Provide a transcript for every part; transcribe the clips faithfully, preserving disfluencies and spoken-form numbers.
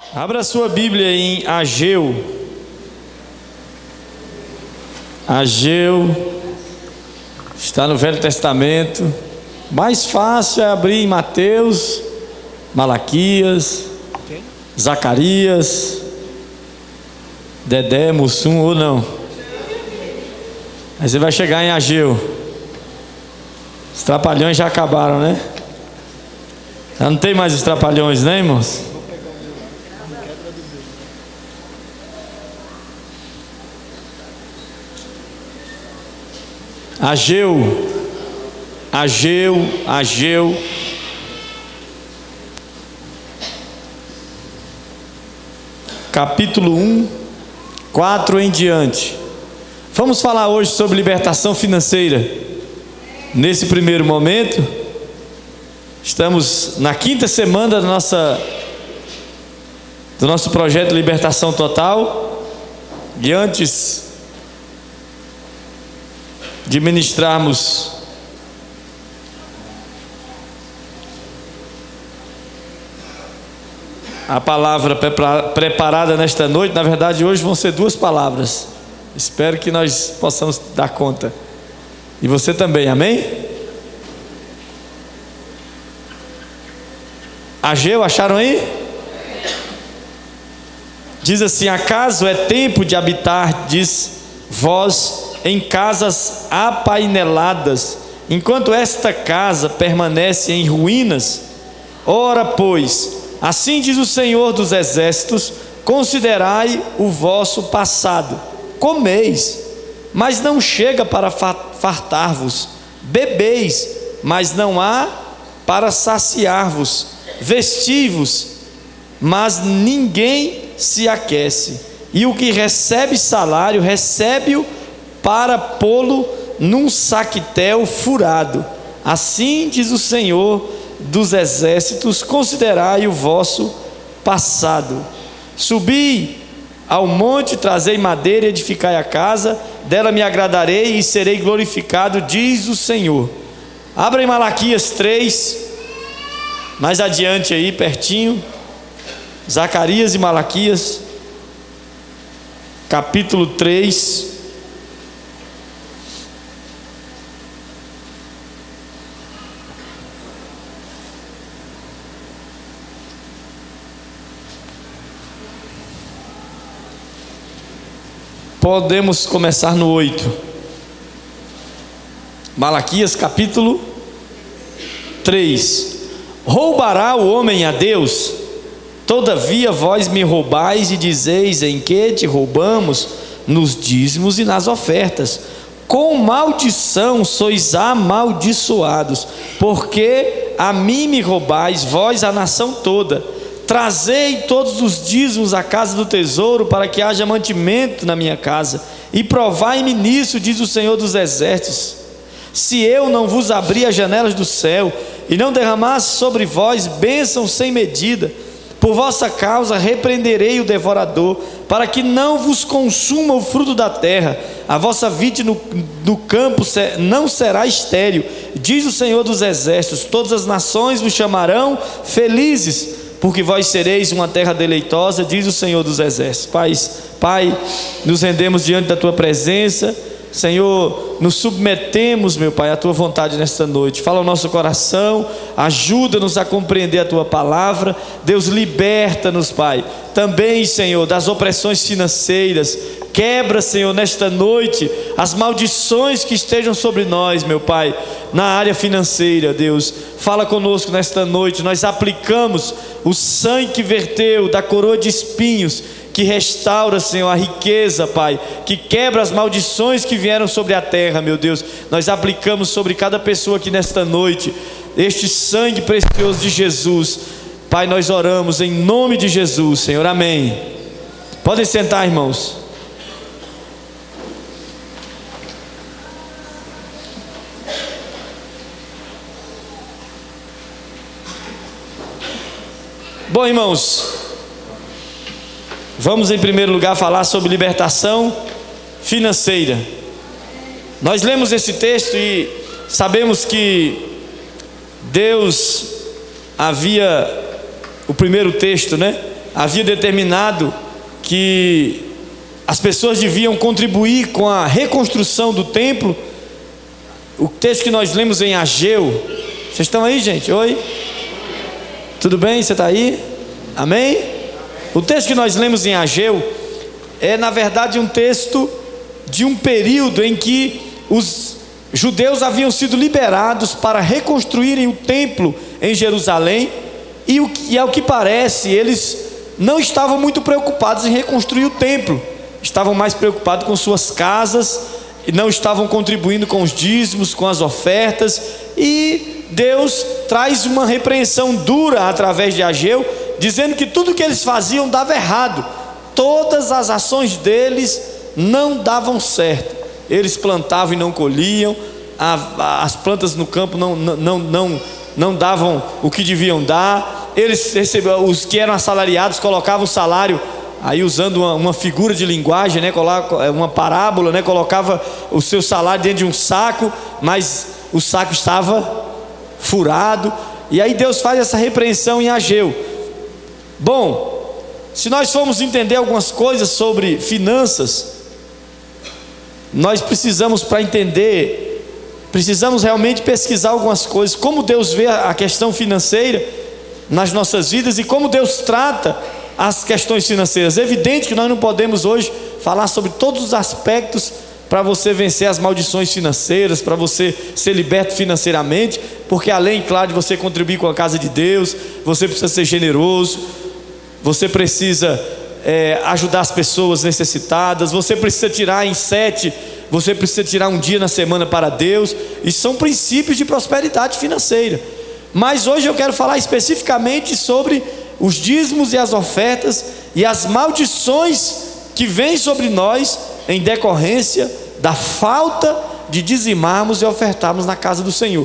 Abra sua Bíblia em Ageu. Ageu está no Velho Testamento. Mais fácil é abrir em Mateus, Malaquias, Zacarias, Dedé, Mussum ou não. Aí você vai chegar em Ageu. Os trapalhões já acabaram, né? Já não tem mais os trapalhões, né, irmãos? Ageu, Ageu, Ageu. Capítulo um, quatro em diante. Vamos falar hoje sobre libertação financeira. Nesse primeiro momento, estamos na quinta semana da nossa, do nosso projeto de libertação total. E antes de ministrarmos a palavra preparada nesta noite, na verdade hoje vão ser duas palavras. Espero que nós possamos dar conta. E você também, amém? Ageu, acharam aí? Diz assim: acaso é tempo de habitar, diz vós, em casas apaineladas, enquanto esta casa permanece em ruínas? Ora, pois, assim diz o Senhor dos Exércitos: considerai o vosso passado, comeis, mas não chega para fartar-vos, bebeis, mas não há para saciar-vos, vestivos, mas ninguém se aquece, e o que recebe salário, recebe-o para pô-lo num saquetel furado. Assim diz o Senhor dos Exércitos: considerai o vosso passado. Subi ao monte, trazei madeira e edificai a casa, dela me agradarei e serei glorificado, diz o Senhor. Abra em Malaquias três, mais adiante aí, pertinho, Zacarias e Malaquias, capítulo três. Podemos começar no oito. Malaquias capítulo três. Roubará o homem a Deus? Todavia vós me roubais e dizeis: em que te roubamos? Nos dízimos e nas ofertas. Com maldição sois amaldiçoados, porque a mim me roubais, vós a nação toda. Trazei todos os dízimos à casa do tesouro, para que haja mantimento na minha casa, e provai-me nisso, diz o Senhor dos Exércitos, se eu não vos abrir as janelas do céu, e não derramasse sobre vós bênção sem medida. Por vossa causa repreenderei o devorador, para que não vos consuma o fruto da terra. A vossa vide no, no campo não será estéril, diz o Senhor dos Exércitos. Todas as nações vos chamarão felizes, porque vós sereis uma terra deleitosa, diz o Senhor dos Exércitos. Pai, Pai, nos rendemos diante da Tua presença, Senhor, nos submetemos, meu Pai, à Tua vontade nesta noite. Fala ao nosso coração, ajuda-nos a compreender a Tua palavra. Deus, liberta-nos, Pai, também, Senhor, das opressões financeiras. Quebra, Senhor, nesta noite as maldições que estejam sobre nós, meu Pai, na área financeira. Deus, fala conosco nesta noite. Nós aplicamos o sangue que verteu da coroa de espinhos, que restaura, Senhor, a riqueza, Pai, que quebra as maldições que vieram sobre a terra, meu Deus. Nós aplicamos sobre cada pessoa aqui nesta noite este sangue precioso de Jesus. Pai, nós oramos em nome de Jesus, Senhor, amém. Podem sentar, irmãos. Bom, irmãos, vamos em primeiro lugar falar sobre libertação financeira. Nós lemos esse texto e sabemos que Deus havia, o primeiro texto, né? havia determinado que as pessoas deviam contribuir com a reconstrução do templo. O texto que nós lemos em Ageu, vocês estão aí, gente? Oi? Tudo bem? Você está aí? Amém? O texto que nós lemos em Ageu é, na verdade, um texto de um período em que os judeus haviam sido liberados para reconstruírem o templo em Jerusalém, e, o, e ao que parece, eles não estavam muito preocupados em reconstruir o templo, estavam mais preocupados com suas casas, e não estavam contribuindo com os dízimos, com as ofertas, e Deus traz uma repreensão dura através de Ageu, dizendo que tudo que eles faziam dava errado, todas as ações deles não davam certo. Eles plantavam e não colhiam, a, as plantas no campo não, não, não, não davam o que deviam dar, eles recebiam, os que eram assalariados colocavam o salário, aí usando uma, uma figura de linguagem, né, uma parábola, né, colocava o seu salário dentro de um saco, mas o saco estava furado, e aí Deus faz essa repreensão em Ageu. Bom, se nós formos entender algumas coisas sobre finanças, nós precisamos, para entender, precisamos realmente pesquisar algumas coisas, como Deus vê a questão financeira nas nossas vidas e como Deus trata as questões financeiras. É evidente que nós não podemos hoje falar sobre todos os aspectos para você vencer as maldições financeiras, para você ser liberto financeiramente, porque além, claro, de você contribuir com a casa de Deus, você precisa ser generoso, você precisa é, ajudar as pessoas necessitadas, você precisa tirar em sete, você precisa tirar um dia na semana para Deus. Isso são princípios de prosperidade financeira. Mas hoje eu quero falar especificamente sobre os dízimos e as ofertas e as maldições que vêm sobre nós em decorrência da falta de dizimarmos e ofertarmos na casa do Senhor.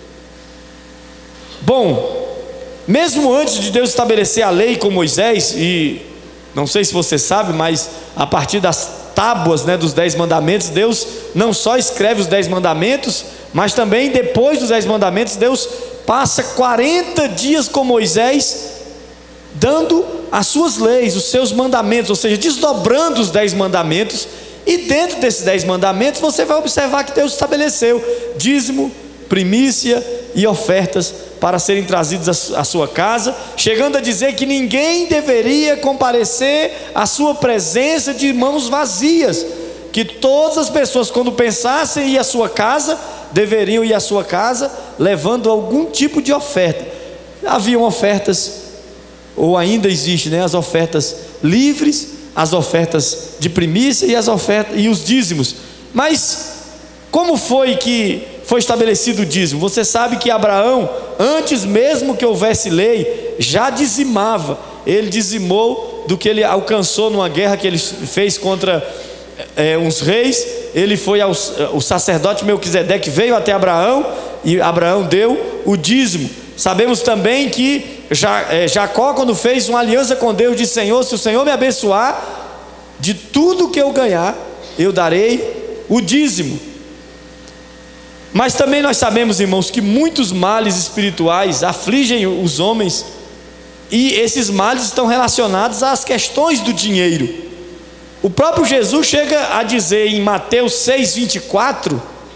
Bom, mesmo antes de Deus estabelecer a lei com Moisés, e não sei se você sabe, mas a partir das tábuas, né, dos dez mandamentos, Deus não só escreve os dez mandamentos, mas também depois dos dez mandamentos, Deus passa quarenta dias com Moisés, dando as suas leis, os seus mandamentos, ou seja, desdobrando os dez mandamentos. E dentro desses dez mandamentos você vai observar que Deus estabeleceu dízimo, primícia e ofertas para serem trazidos à sua casa, chegando a dizer que ninguém deveria comparecer à sua presença de mãos vazias, que todas as pessoas, quando pensassem em ir à sua casa, deveriam ir à sua casa levando algum tipo de oferta. Haviam ofertas, ou ainda existe, né, as ofertas livres, as ofertas de primícia e as ofertas e os dízimos. Mas como foi que foi estabelecido o dízimo? Você sabe que Abraão, antes mesmo que houvesse lei, já dizimava. Ele dizimou do que ele alcançou numa guerra que ele fez contra é, uns reis. Ele foi ao, o sacerdote Melquisedeque veio até Abraão e Abraão deu o dízimo. Sabemos também que Jacó, quando fez uma aliança com Deus, disse: Senhor, se o Senhor me abençoar, de tudo que eu ganhar, eu darei o dízimo. Mas também nós sabemos, irmãos, que muitos males espirituais afligem os homens, e esses males estão relacionados às questões do dinheiro. O próprio Jesus chega a dizer em Mateus seis, vinte e quatro,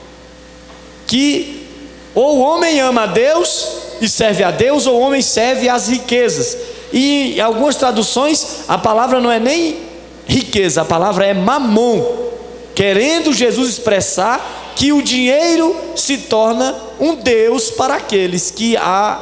que ou o homem ama a Deus e serve a Deus, ou o homem serve às riquezas. E em algumas traduções a palavra não é nem riqueza, a palavra é mamon, querendo Jesus expressar que o dinheiro se torna um Deus para aqueles que há,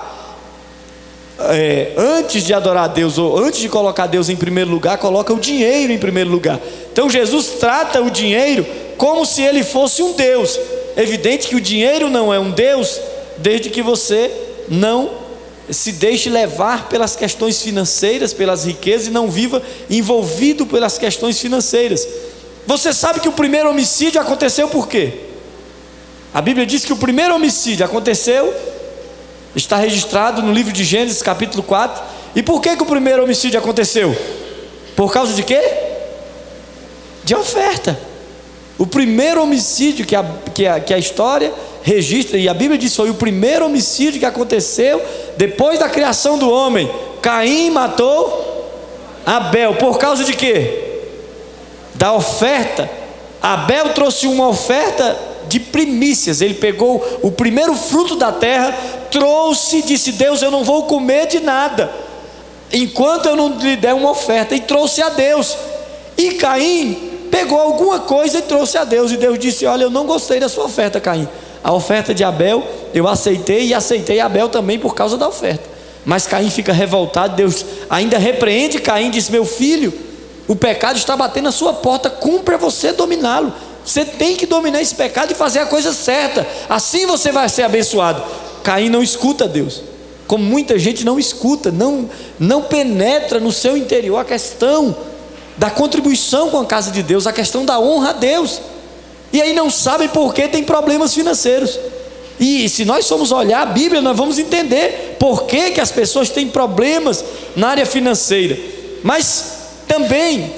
é, antes de adorar a Deus, ou antes de colocar Deus em primeiro lugar, coloca o dinheiro em primeiro lugar. Então Jesus trata o dinheiro como se ele fosse um Deus. Evidente que o dinheiro não é um Deus, desde que você não se deixe levar pelas questões financeiras, pelas riquezas, e não viva envolvido pelas questões financeiras. Você sabe que o primeiro homicídio aconteceu por quê? A Bíblia diz que o primeiro homicídio aconteceu, está registrado no livro de Gênesis capítulo quatro. E por que que o primeiro homicídio aconteceu? Por causa de quê? De oferta. O primeiro homicídio que a, que a, que a história registra, e a Bíblia diz, foi o primeiro homicídio que aconteceu depois da criação do homem. Caim matou Abel, por causa de quê? Da oferta. Abel trouxe uma oferta de primícias. Ele pegou o primeiro fruto da terra, trouxe e disse: Deus, eu não vou comer de nada enquanto eu não lhe der uma oferta, e trouxe a Deus. E Caim pegou alguma coisa e trouxe a Deus, e Deus disse: olha, eu não gostei da sua oferta, Caim. A oferta de Abel eu aceitei, e aceitei Abel também por causa da oferta. Mas Caim fica revoltado. Deus ainda repreende Caim, diz: meu filho, o pecado está batendo na sua porta, cumpra você dominá-lo. Você tem que dominar esse pecado e fazer a coisa certa, assim você vai ser abençoado. Caim não escuta Deus, como muita gente não escuta, não, não penetra no seu interior a questão da contribuição com a casa de Deus, a questão da honra a Deus, e aí não sabem por que tem problemas financeiros. E se nós formos olhar a Bíblia, nós vamos entender por que, que as pessoas têm problemas na área financeira. Mas também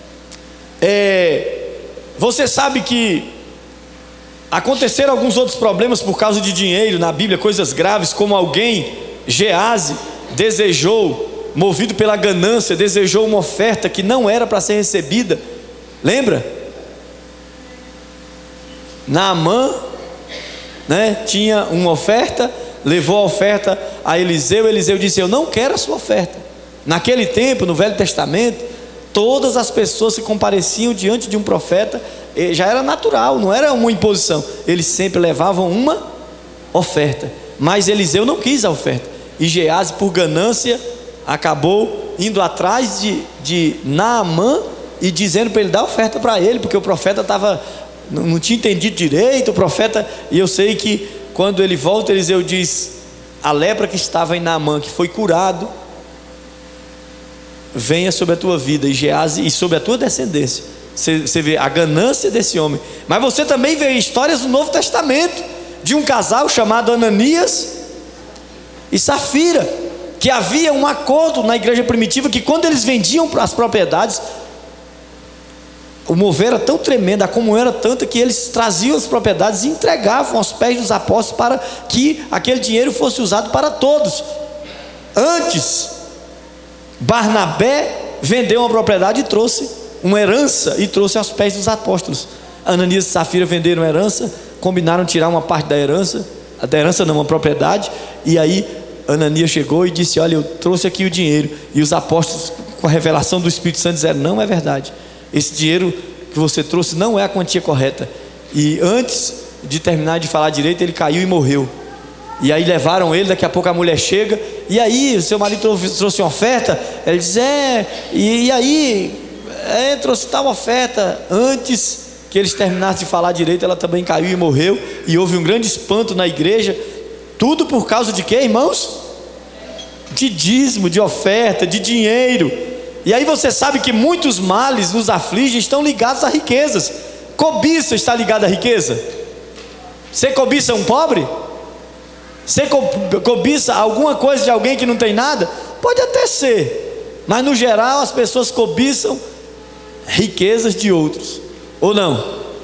é, você sabe que aconteceram alguns outros problemas por causa de dinheiro na Bíblia, coisas graves, como alguém, Geazi, desejou, movido pela ganância, desejou uma oferta que não era para ser recebida. Lembra? Naamã, né, tinha uma oferta, levou a oferta a Eliseu. Eliseu disse: eu não quero a sua oferta. Naquele tempo, no Velho Testamento, todas as pessoas que compareciam diante de um profeta, já era natural, não era uma imposição, eles sempre levavam uma oferta. Mas Eliseu não quis a oferta, e Geazi, por ganância, acabou indo atrás de, de Naamã e dizendo para ele dar oferta para ele, porque o profeta estava, não, não tinha entendido direito o profeta. E eu sei que quando ele volta, Eliseu diz: a lepra que estava em Naamã, que foi curado, venha sobre a tua vida, e Geazi, e sobre a tua descendência. Você, você vê a ganância desse homem. Mas você também vê histórias no Novo Testamento de um casal chamado Ananias e Safira, que havia um acordo na igreja primitiva, que quando eles vendiam as propriedades, o mover era tão tremendo, a comunhão era tanta, que eles traziam as propriedades e entregavam aos pés dos apóstolos para que aquele dinheiro fosse usado para todos. Antes, Barnabé vendeu uma propriedade e trouxe uma herança, e trouxe aos pés dos apóstolos. Ananias e Safira venderam a herança, combinaram tirar uma parte da herança, da herança não, uma propriedade, e aí Ananias chegou e disse: olha, eu trouxe aqui o dinheiro. E os apóstolos, com a revelação do Espírito Santo, disseram: não é verdade, esse dinheiro que você trouxe não é a quantia correta. E antes de terminar de falar direito, ele caiu e morreu. E aí levaram ele. Daqui a pouco a mulher chega: e aí, o seu marido trouxe, trouxe uma oferta? Ele diz: é, e, e aí é, trouxe tal oferta. Antes que eles terminassem de falar direito, ela também caiu e morreu. E houve um grande espanto na igreja. Tudo por causa de quê, irmãos? De dízimo, de oferta, de dinheiro. E aí você sabe que muitos males nos afligem, estão ligados a riquezas. Cobiça está ligada à riqueza? Você cobiça um pobre? Você cobiça alguma coisa de alguém que não tem nada? Pode até ser, mas no geral as pessoas cobiçam riquezas de outros, ou não?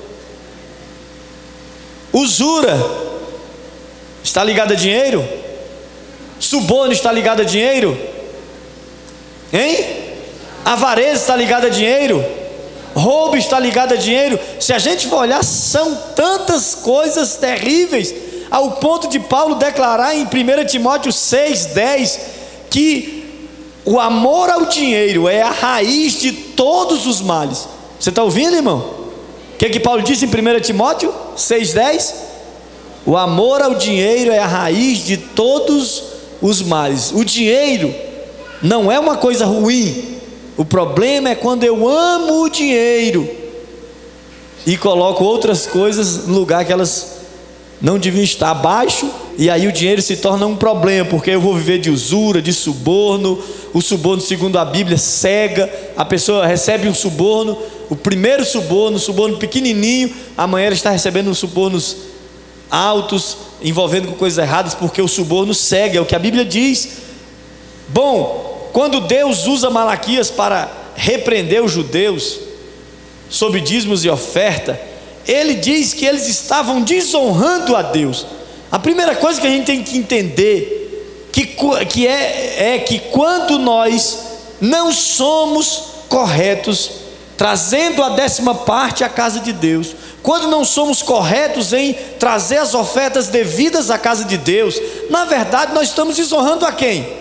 Usura está ligado a dinheiro? Suborno está ligado a dinheiro? Hein? Avareza está ligada a dinheiro? Roubo está ligado a dinheiro? Se a gente for olhar, são tantas coisas terríveis, ao ponto de Paulo declarar em primeira Timóteo seis, dez, que o amor ao dinheiro é a raiz de todos os males. Você está ouvindo, irmão? O que, que Paulo disse em primeira Timóteo seis, dez? O amor ao dinheiro é a raiz de todos os males. O dinheiro não é uma coisa ruim. O problema é quando eu amo o dinheiro e coloco outras coisas no lugar que elas não deviam estar, abaixo, e aí o dinheiro se torna um problema, porque eu vou viver de usura, de suborno. O suborno, segundo a Bíblia, cega. A pessoa recebe um suborno, o primeiro suborno, um suborno pequenininho, amanhã ela está recebendo subornos altos, envolvendo com coisas erradas, porque o suborno cega, é o que a Bíblia diz. Bom, quando Deus usa Malaquias para repreender os judeus sobre dízimos e oferta, ele diz que eles estavam desonrando a Deus. A primeira coisa que a gente tem que entender que, que é, é que quando nós não somos corretos trazendo a décima parte à casa de Deus, quando não somos corretos em trazer as ofertas devidas à casa de Deus, na verdade nós estamos desonrando a quem?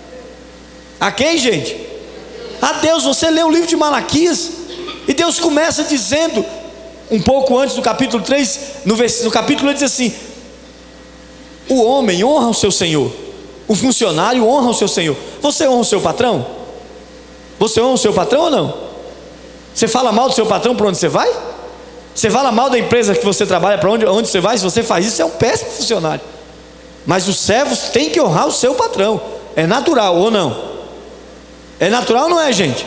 A quem, gente? A Deus. Você lê o livro de Malaquias e Deus começa dizendo, um pouco antes do capítulo três, no, vers... no capítulo ele diz assim: o homem honra o seu senhor, o funcionário honra o seu senhor. Você honra o seu patrão? Você honra o seu patrão ou não? Você fala mal do seu patrão para onde você vai? Você fala mal da empresa que você trabalha para onde, onde você vai? Se você faz isso, você é um péssimo funcionário. Mas os servos têm que honrar o seu patrão. É natural ou não? É natural ou não é, gente?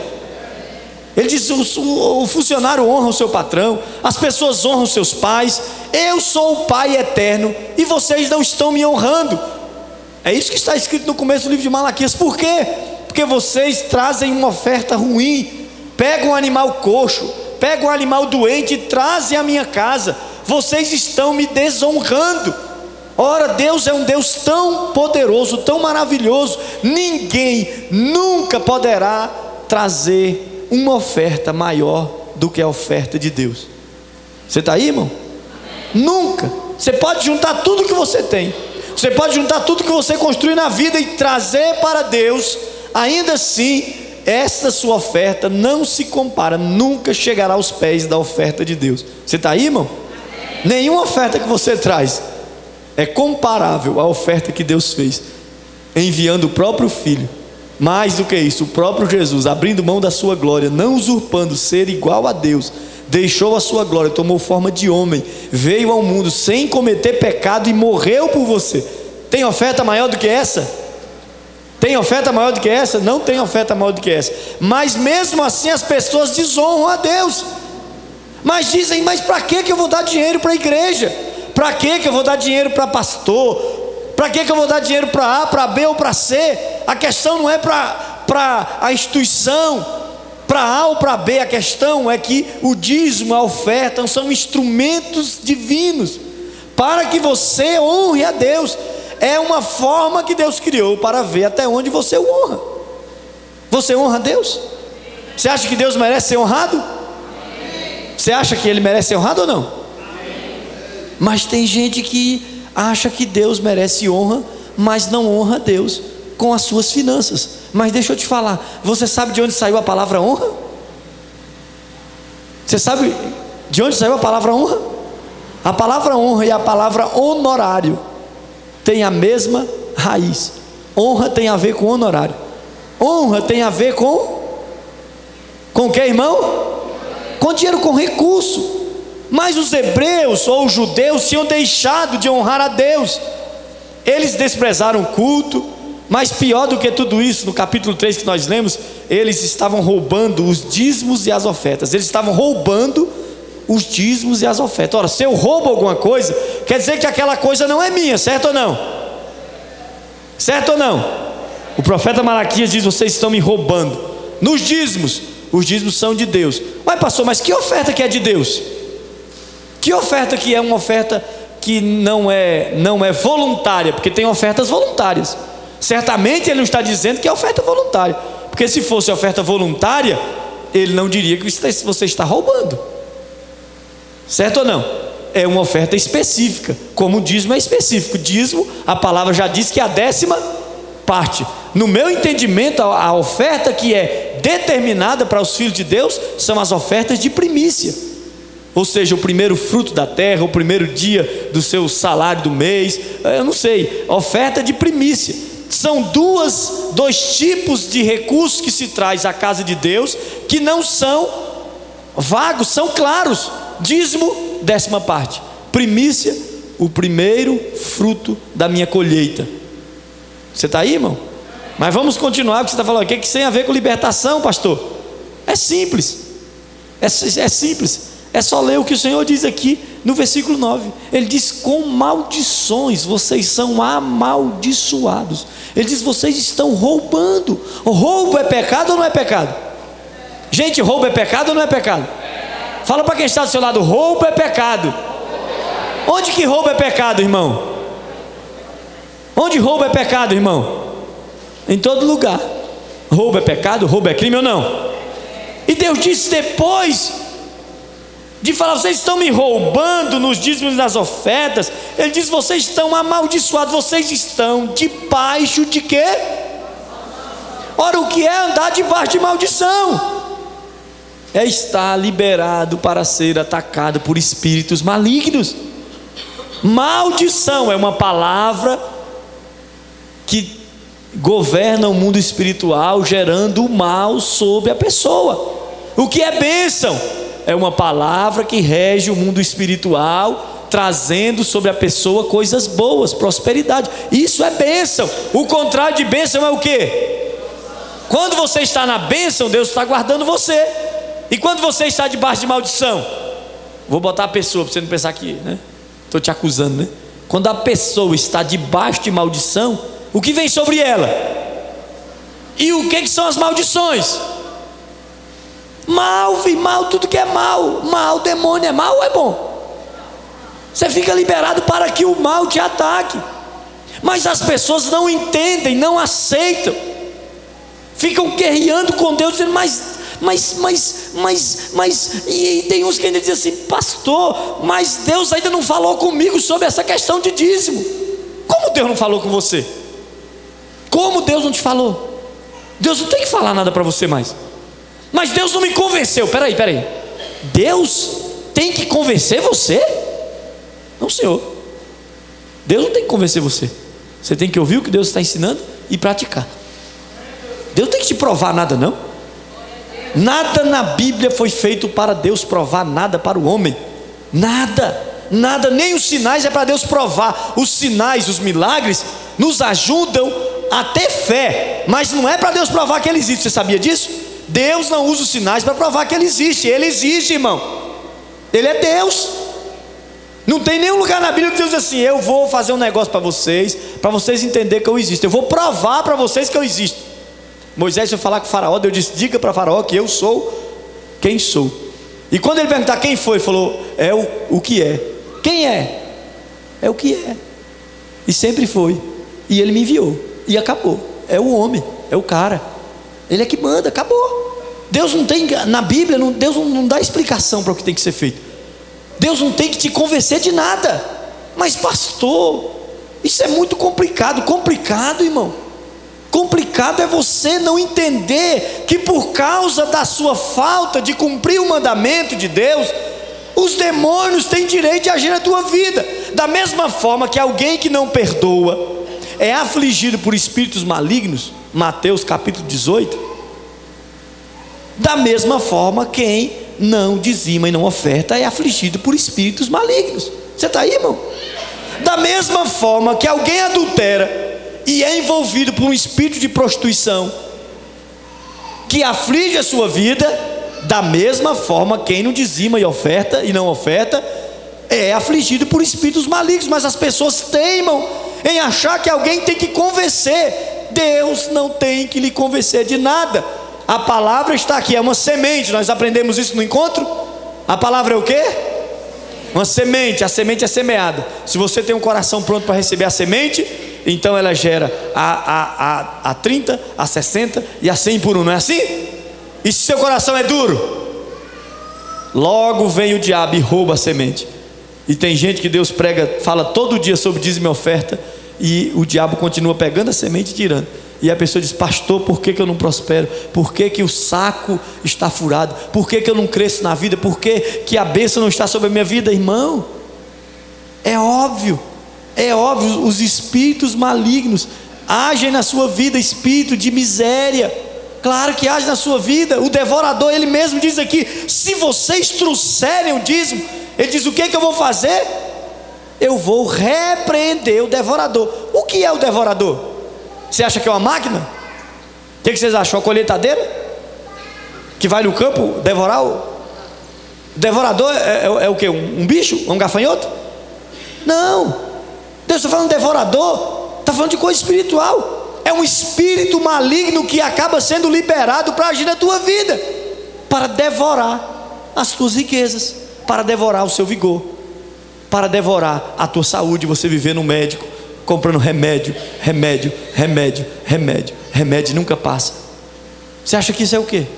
Ele diz: o, o funcionário honra o seu patrão, as pessoas honram os seus pais. Eu sou o Pai eterno e vocês não estão me honrando. É isso que está escrito no começo do livro de Malaquias. Por quê? Porque vocês trazem uma oferta ruim. Pegam um animal coxo, pegam um animal doente e trazem à minha casa. Vocês estão me desonrando. Ora, Deus é um Deus tão poderoso, tão maravilhoso, ninguém nunca poderá trazer uma oferta maior do que a oferta de Deus. Você está aí, irmão? Nunca. Você pode juntar tudo que você tem, você pode juntar tudo que você construiu na vida e trazer para Deus, ainda assim essa sua oferta não se compara, nunca chegará aos pés da oferta de Deus. Você está aí, irmão? Nenhuma oferta que você traz é comparável à oferta que Deus fez, enviando o próprio Filho. Mais do que isso, o próprio Jesus, abrindo mão da sua glória, não usurpando ser igual a Deus, deixou a sua glória, tomou forma de homem, veio ao mundo sem cometer pecado e morreu por você. Tem oferta maior do que essa? Tem oferta maior do que essa? Não tem oferta maior do que essa. Mas mesmo assim as pessoas desonram a Deus. Mas dizem: mas para que que eu vou dar dinheiro para a igreja? Para que que eu vou dar dinheiro para pastor? Para que que eu vou dar dinheiro para A, para B ou para C? A questão não é para para a instituição, para A ou para B. A questão é que o dízimo, a oferta são instrumentos divinos para que você honre a Deus. É uma forma que Deus criou para ver até onde você o honra. Você honra a Deus? Você acha que Deus merece ser honrado? Você acha que Ele merece ser honrado ou não? Mas tem gente que acha que Deus merece honra, mas não honra a Deus com as suas finanças. Mas deixa eu te falar, você sabe de onde saiu a palavra honra? Você sabe de onde saiu a palavra honra? A palavra honra e a palavra honorário tem a mesma raiz. Honra tem a ver com honorário. Honra tem a ver com com o que, irmão? Com dinheiro, com recurso. Mas os hebreus ou os judeus tinham deixado de honrar a Deus. Eles desprezaram o culto. Mas pior do que tudo isso, no capítulo três que nós lemos, eles estavam roubando os dízimos e as ofertas. Eles estavam roubando os dízimos e as ofertas. Ora, se eu roubo alguma coisa, quer dizer que aquela coisa não é minha, certo ou não? Certo ou não? O profeta Malaquias diz: vocês estão me roubando. Nos dízimos, os dízimos são de Deus. Mas pastor, mas que oferta que é de Deus? Que oferta que é uma oferta que não é, não é voluntária? Porque tem ofertas voluntárias. Certamente ele não está dizendo que é oferta voluntária, porque se fosse oferta voluntária, ele não diria que você está roubando. Certo ou não? É uma oferta específica, como o dízimo é específico. Dízimo, a palavra já diz que é a décima parte. No meu entendimento, a, a oferta que é determinada para os filhos de Deus são as ofertas de primícia, ou seja, o primeiro fruto da terra, o primeiro dia do seu salário do mês, eu não sei, oferta de primícia. São duas, dois tipos de recursos que se traz à casa de Deus, que não são vagos, são claros. Dízimo, décima parte. Primícia, o primeiro fruto da minha colheita. Você está aí, irmão? Mas vamos continuar, porque você está falando: o que, que tem a ver com libertação, pastor? É simples. É, é simples. É só ler o que o Senhor diz aqui no versículo nove. Ele diz: com maldições vocês são amaldiçoados. Ele diz: vocês estão roubando. O roubo é pecado ou não é pecado? Gente, roubo é pecado ou não é pecado? Fala para quem está do seu lado: roubo é pecado. Onde que roubo é pecado, irmão? Onde roubo é pecado, irmão? Em todo lugar. Roubo é pecado? Roubo é crime ou não? E Deus disse depois de falar: vocês estão me roubando nos dízimos e nas ofertas. Ele diz: vocês estão amaldiçoados. Vocês estão debaixo de quê? Ora, o que é andar debaixo de maldição? É estar liberado para ser atacado por espíritos malignos. Maldição é uma palavra que governa o mundo espiritual, gerando o mal sobre a pessoa. O que é bênção? É uma palavra que rege o mundo espiritual, trazendo sobre a pessoa coisas boas, prosperidade. Isso é bênção. O contrário de bênção é o quê? Quando você está na bênção, Deus está guardando você. E quando você está debaixo de maldição, vou botar a pessoa para você não pensar que, né? Estou te acusando, né? Quando a pessoa está debaixo de maldição, o que vem sobre ela? E o que, que são as maldições? Mal, vi mal, tudo que é mal. Mal, demônio é mal ou é bom? Você fica liberado para que o mal te ataque. Mas as pessoas não entendem, não aceitam. Ficam guerreando com Deus, dizendo: mas, mas, mas, mas, mas, e, e tem uns que ainda dizem assim: pastor, mas Deus ainda não falou comigo sobre essa questão de dízimo. Como Deus não falou com você? Como Deus não te falou? Deus não tem que falar nada para você mais. Mas Deus não me convenceu. Peraí, peraí. Deus tem que convencer você? Não, Senhor. Deus não tem que convencer você. Você tem que ouvir o que Deus está ensinando e praticar. Deus não tem que te provar nada, não. Nada na Bíblia foi feito para Deus provar nada para o homem. Nada, nada, nem os sinais é para Deus provar. Os sinais, os milagres nos ajudam a ter fé, mas não é para Deus provar que Ele existe. Você sabia disso? Deus não usa os sinais para provar que Ele existe. Ele existe, irmão. Ele é Deus. Não tem nenhum lugar na Bíblia que Deus diz assim: eu vou fazer um negócio para vocês, para vocês entenderem que eu existo. Eu vou provar para vocês que eu existo. Moisés foi falar com o faraó, Deus disse: diga para o faraó que eu sou quem sou. E quando ele perguntar quem foi, ele falou: é o, o que é. Quem é? É o que é. E sempre foi. E ele me enviou. E acabou. É o homem, é o cara. Ele é que manda, acabou. Deus não tem, na Bíblia, não, Deus não, não dá explicação para o que tem que ser feito. Deus não tem que te convencer de nada. Mas pastor, isso é muito complicado. Complicado, irmão. Complicado é você não entender que por causa da sua falta de cumprir o mandamento de Deus, os demônios têm direito de agir na tua vida. Da mesma forma que alguém que não perdoa é afligido por espíritos malignos, Mateus capítulo dezoito. Da mesma forma, quem não dizima e não oferta é afligido por espíritos malignos. Você está aí, irmão? Da mesma forma que alguém adultera e é envolvido por um espírito de prostituição que aflige a sua vida, da mesma forma quem não dizima e oferta e não oferta é afligido por espíritos malignos. Mas as pessoas teimam em achar que alguém tem que convencer. Deus não tem que lhe convencer de nada. A palavra está aqui, é uma semente. Nós aprendemos isso no encontro. A palavra é o quê? Uma semente. A semente é semeada. Se você tem um coração pronto para receber a semente, então ela gera a, a, a, a trinta, a sessenta e a cem por um, não é assim? E se seu coração é duro, logo vem o diabo e rouba a semente. E tem gente que Deus prega, fala todo dia sobre dízimo e oferta, e o diabo continua pegando a semente e tirando. E a pessoa diz: pastor, por que, que eu não prospero? Por que, que o saco está furado? Por que, que eu não cresço na vida? Por que, que a bênção não está sobre a minha vida? Irmão, é óbvio. É óbvio, os espíritos malignos agem na sua vida, espírito de miséria, claro que age na sua vida. O devorador, ele mesmo diz aqui: se vocês trouxerem o dízimo, ele diz: o que é que eu vou fazer? Eu vou repreender o devorador. O que é o devorador? Você acha que é uma máquina? O que, é que vocês acham? Uma colheitadeira? Que vai no campo devorar o... o devorador é, é, é o que? Um, um bicho? Um gafanhoto? Não. Deus está falando de devorador, está falando de coisa espiritual. É um espírito maligno que acaba sendo liberado para agir na tua vida, para devorar as tuas riquezas, para devorar o seu vigor, para devorar a tua saúde. Você viver no médico, comprando remédio, remédio, remédio, remédio, remédio, nunca passa. Você acha que isso é o quê?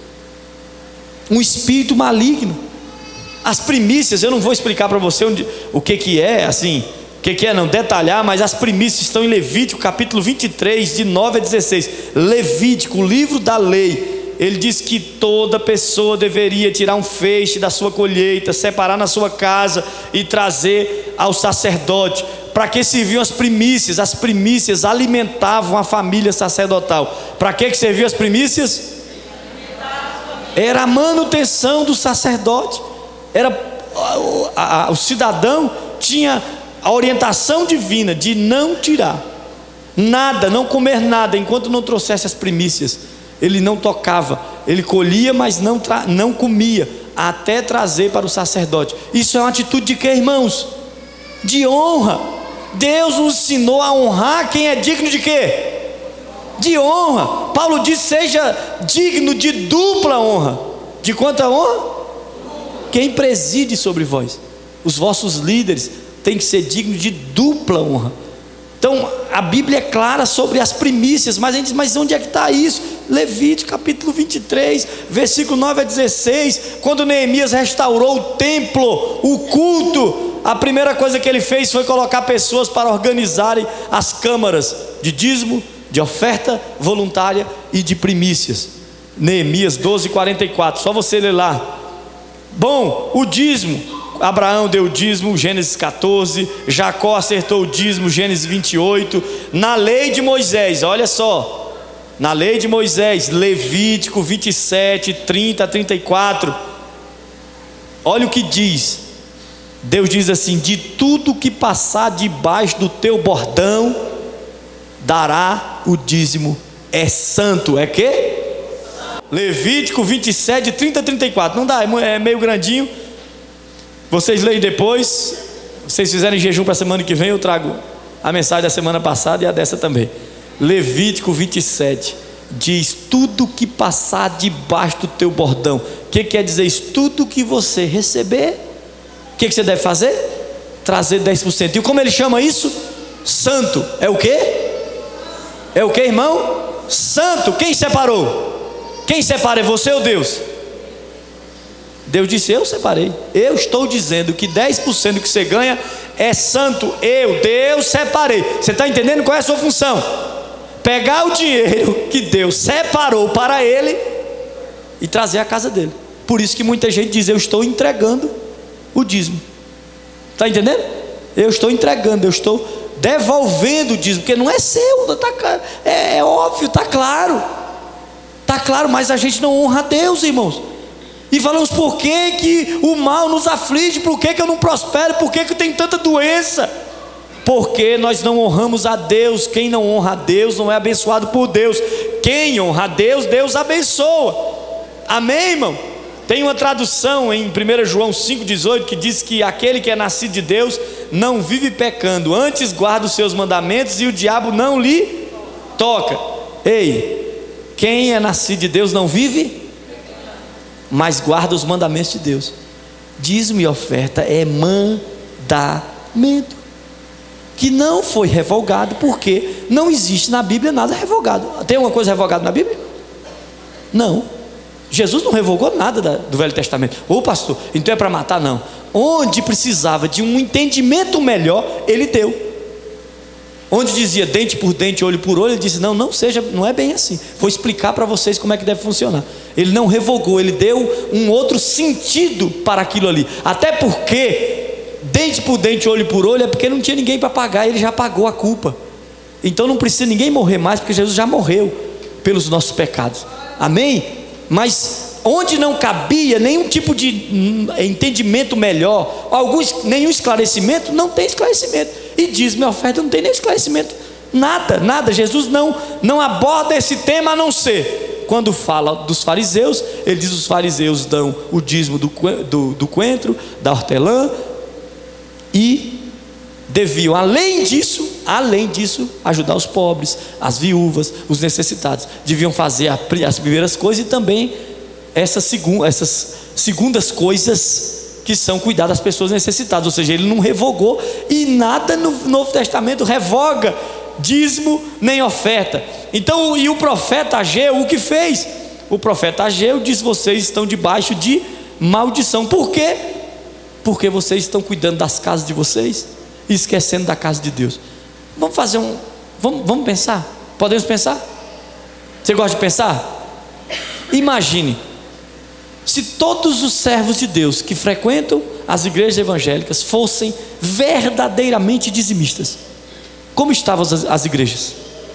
Um espírito maligno. As primícias, eu não vou explicar para você onde, o que que é, assim, o que que é, não detalhar, mas as primícias estão em Levítico, capítulo vinte e três, de nove a dezesseis. Levítico, o livro da lei. Ele diz que toda pessoa deveria tirar um feixe da sua colheita, separar na sua casa e trazer ao sacerdote. Para que serviam as primícias? As primícias alimentavam a família sacerdotal. Para que que serviam as primícias? Era a manutenção do sacerdote. Era o, a, o cidadão tinha a orientação divina de não tirar nada, não comer nada enquanto não trouxesse as primícias. Ele não tocava, ele colhia, mas não, tra- não comia, até trazer para o sacerdote. Isso é uma atitude de quê, irmãos? De honra. Deus nos ensinou a honrar quem é digno de quê? De honra. Paulo diz: seja digno de dupla honra. De quanta honra? Quem preside sobre vós, os vossos líderes, tem que ser digno de dupla honra. Então a Bíblia é clara sobre as primícias, mas a gente diz: mas onde é que está isso? Levítico capítulo vinte e três, versículo nove a dezesseis. Quando Neemias restaurou o templo, o culto, a primeira coisa que ele fez foi colocar pessoas para organizarem as câmaras de dízimo, de oferta voluntária e de primícias. Neemias doze, quarenta e quatro, só você ler lá. Bom, o dízimo, Abraão deu o dízimo, Gênesis catorze, Jacó acertou o dízimo, Gênesis vinte e oito. Na lei de Moisés, olha só, na lei de Moisés, Levítico vinte e sete, trinta a trinta e quatro, olha o que diz. Deus diz assim: de tudo que passar debaixo do teu bordão, dará o dízimo, é santo. É que? Levítico vinte e sete, trinta a trinta e quatro, não dá, é meio grandinho, vocês leem depois. Se vocês fizerem jejum para a semana que vem, eu trago a mensagem da semana passada e a dessa também. Levítico vinte e sete diz: tudo que passar debaixo do teu bordão. O que quer dizer isso? Tudo que você receber, o que, que você deve fazer? Trazer dez por cento. E como ele chama isso? Santo. É o que? É o que, irmão? Santo. Quem separou? Quem separa, é você ou Deus? Deus disse: eu separei. Eu estou dizendo que dez por cento que você ganha é santo. Eu, Deus, separei. Você está entendendo qual é a sua função? Pegar o dinheiro que Deus separou para ele e trazer à casa dele. Por isso que muita gente diz: eu estou entregando o dízimo. Está entendendo? Eu estou entregando, eu estou devolvendo o dízimo, porque não é seu, tá, é, é óbvio, está claro. Está claro, mas a gente não honra a Deus, irmãos. E falamos: por que que o mal nos aflige? Por que que eu não prospero? Por que que eu tenho tanta doença? Porque nós não honramos a Deus. Quem não honra a Deus não é abençoado por Deus. Quem honra a Deus, Deus abençoa. Amém, irmão? Tem uma tradução em primeiro João cinco, dezoito, que diz que aquele que é nascido de Deus não vive pecando, antes guarda os seus mandamentos e o diabo não lhe toca. Ei, quem é nascido de Deus não vive, mas guarda os mandamentos de Deus. Dízimo e oferta é mandamento, que não foi revogado, porque não existe na Bíblia nada revogado. Tem alguma coisa revogada na Bíblia? Não. Jesus não revogou nada da, do Velho Testamento. Ô pastor, então é para matar? Não. Onde precisava de um entendimento melhor, ele deu. Onde dizia dente por dente, olho por olho, ele disse: não, não seja, não é bem assim. Vou explicar para vocês como é que deve funcionar. Ele não revogou, ele deu um outro sentido para aquilo ali. Até porque dente por dente, olho por olho, é porque não tinha ninguém para pagar, ele já pagou a culpa. Então não precisa ninguém morrer mais, porque Jesus já morreu pelos nossos pecados. Amém? Mas onde não cabia nenhum tipo de entendimento melhor, algum, nenhum esclarecimento, não tem esclarecimento. E dízimo e oferta não tem nem esclarecimento, nada, nada. Jesus não, não aborda esse tema, a não ser quando fala dos fariseus. Ele diz: os fariseus dão o dízimo do, do, do coentro, da hortelã, e deviam, além disso, além disso, ajudar os pobres, as viúvas, os necessitados. Deviam fazer as primeiras coisas e também essas, segun, essas segundas coisas, que são cuidar das pessoas necessitadas. Ou seja, ele não revogou, e nada no Novo Testamento revoga dízimo nem oferta. Então, e o profeta Ageu, o que fez? o profeta Ageu diz: vocês estão debaixo de maldição. Por quê? Porque vocês estão cuidando das casas de vocês e esquecendo da casa de Deus. Vamos fazer um, vamos, vamos pensar? Podemos pensar? Você gosta de pensar? Imagine, se todos os servos de Deus que frequentam as igrejas evangélicas fossem verdadeiramente dizimistas, como estavam as, as igrejas?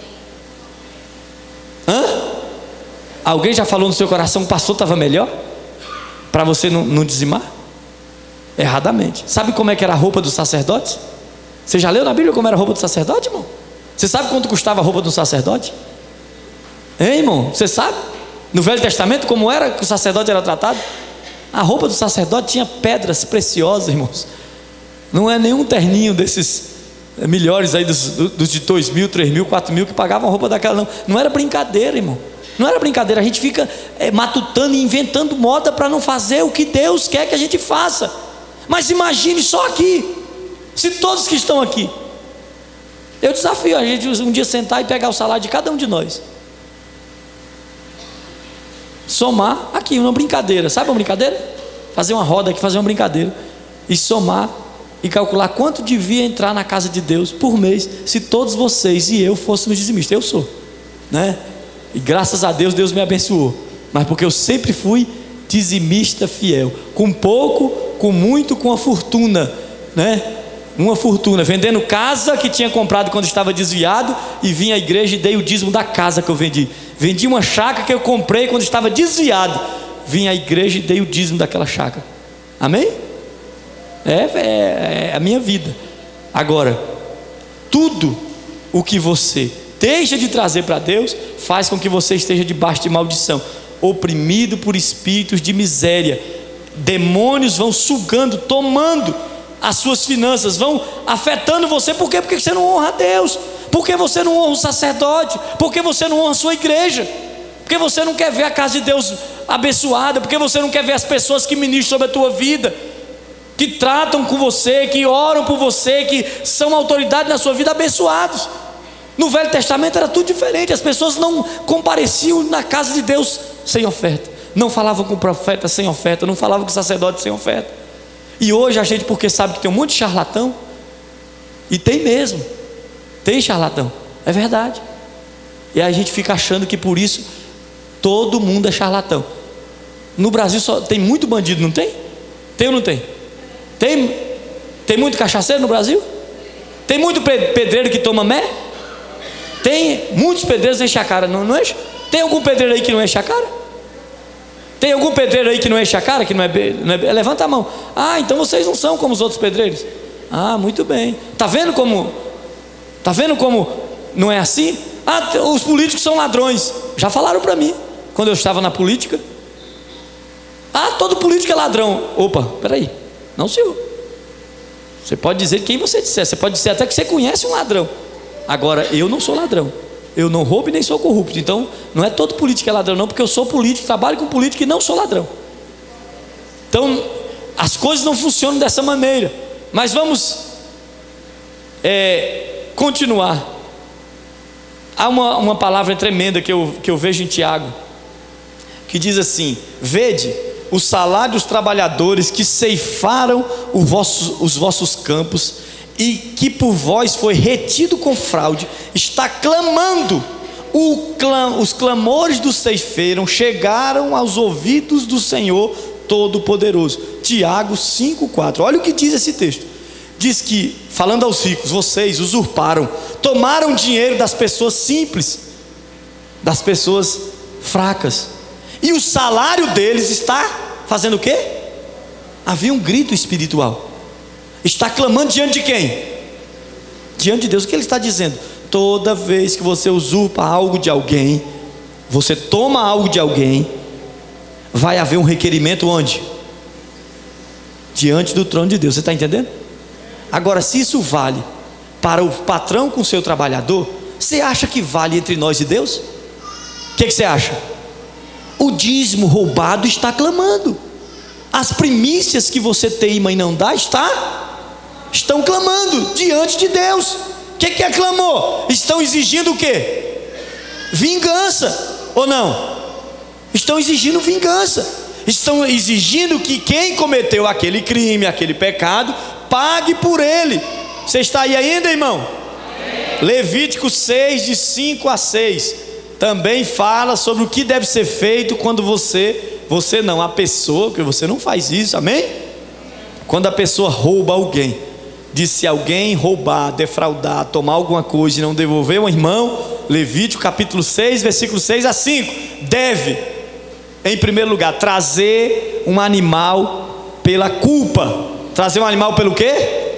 Hã? Alguém já falou no seu coração que o pastor estava melhor? Para você não, não dizimar? Erradamente. Sabe como é que era a roupa dos sacerdotes? Você já leu na Bíblia como era a roupa do sacerdote, irmão? Você sabe quanto custava a roupa do sacerdote? Hein, irmão? Você sabe? No Velho Testamento como era que o sacerdote era tratado? A roupa do sacerdote tinha pedras preciosas, irmãos. Não é nenhum terninho desses melhores aí dos, dos de dois mil, três mil, quatro mil que pagavam a roupa daquela, não. Não era brincadeira, irmão. Não era brincadeira. A gente fica é, matutando e inventando moda para não fazer o que Deus quer que a gente faça. Mas imagine só aqui, se todos que estão aqui, eu desafio a gente um dia sentar e pegar o salário de cada um de nós, somar aqui, uma brincadeira, sabe uma brincadeira? Fazer uma roda aqui, fazer uma brincadeira e somar e calcular quanto devia entrar na casa de Deus por mês, se todos vocês e eu fôssemos dizimistas. Eu sou, né? E graças a Deus, Deus me abençoou, mas porque eu sempre fui dizimista fiel, com pouco, com muito, com a fortuna, né? Uma fortuna, vendendo casa que tinha comprado quando estava desviado, e vim à igreja e dei o dízimo da casa que eu vendi. Vendi uma chácara que eu comprei quando estava desviado, vim à igreja e dei o dízimo daquela chácara. Amém? É, é, é a minha vida. Agora, tudo o que você deixa de trazer para Deus faz com que você esteja debaixo de maldição, oprimido por espíritos de miséria. Demônios vão sugando, tomando as suas finanças, vão afetando você. Por quê? Porque você não honra a Deus, porque você não honra o sacerdote, porque você não honra a sua igreja, porque você não quer ver a casa de Deus abençoada, porque você não quer ver as pessoas que ministram sobre a tua vida, que tratam com você, que oram por você, que são autoridade na sua vida, abençoados. No Velho Testamento era tudo diferente. As pessoas não compareciam na casa de Deus sem oferta, não falavam com o profeta sem oferta, não falavam com o sacerdote sem oferta. E hoje a gente, porque sabe que tem um monte de charlatão, e tem mesmo, tem charlatão, é verdade, e aí a gente fica achando que por isso todo mundo é charlatão. No Brasil só tem muito bandido, não tem? Tem ou não tem? Tem, tem muito cachaceiro no Brasil? Tem muito pedreiro que toma mé? Tem muitos pedreiros que enchem a cara, não, não enche? Tem algum pedreiro aí que não enche a cara? Tem algum pedreiro aí que não enche a cara, que não é, não é... Levanta a mão. Ah, então vocês não são como os outros pedreiros. Ah, muito bem. Está vendo como Está vendo como não é assim? Ah, os políticos são ladrões. Já falaram para mim quando eu estava na política. Ah, todo político é ladrão. Opa, peraí, não, senhor. Você pode dizer quem você disser, você pode dizer até que você conhece um ladrão. Agora, eu não sou ladrão, eu não roubo e nem sou corrupto. Então, não é todo político que é ladrão não, porque eu sou político, trabalho com político e não sou ladrão. Então, as coisas não funcionam dessa maneira. Mas vamos é, continuar. Há uma, uma palavra tremenda que eu, que eu vejo em Tiago, que diz assim: vede o salário dos trabalhadores que ceifaram o vosso, os vossos campos, e que por vós foi retido com fraude, está clamando. O clam, os clamores do ceifeiro chegaram aos ouvidos do Senhor Todo-Poderoso. Tiago cinco, quatro. Olha o que diz esse texto. Diz que, falando aos ricos, vocês usurparam, tomaram dinheiro das pessoas simples, das pessoas fracas, e o salário deles está fazendo o quê? Havia um grito espiritual. Está clamando diante de quem? Diante de Deus. O que ele está dizendo? Toda vez que você usurpa algo de alguém, você toma algo de alguém, vai haver um requerimento onde? Diante do trono de Deus. Você está entendendo? Agora, se isso vale para o patrão com o seu trabalhador, você acha que vale entre nós e Deus? O que, que você acha? O dízimo roubado está clamando. As primícias que você teima e não dá, está, estão clamando diante de Deus. O que, que é clamor? Estão exigindo o quê? Vingança, ou não? Estão exigindo vingança. Estão exigindo que quem cometeu aquele crime, aquele pecado, pague por ele. Você está aí ainda, irmão? Amém. Levítico seis, de cinco a seis, também fala sobre o que deve ser feito quando você, você não, a pessoa, porque você não faz isso, amém? Quando a pessoa rouba alguém, diz: se alguém roubar, defraudar, tomar alguma coisa e não devolver um irmão, Levítico capítulo seis, versículo seis a cinco, deve, em primeiro lugar, trazer um animal pela culpa. Trazer um animal pelo quê?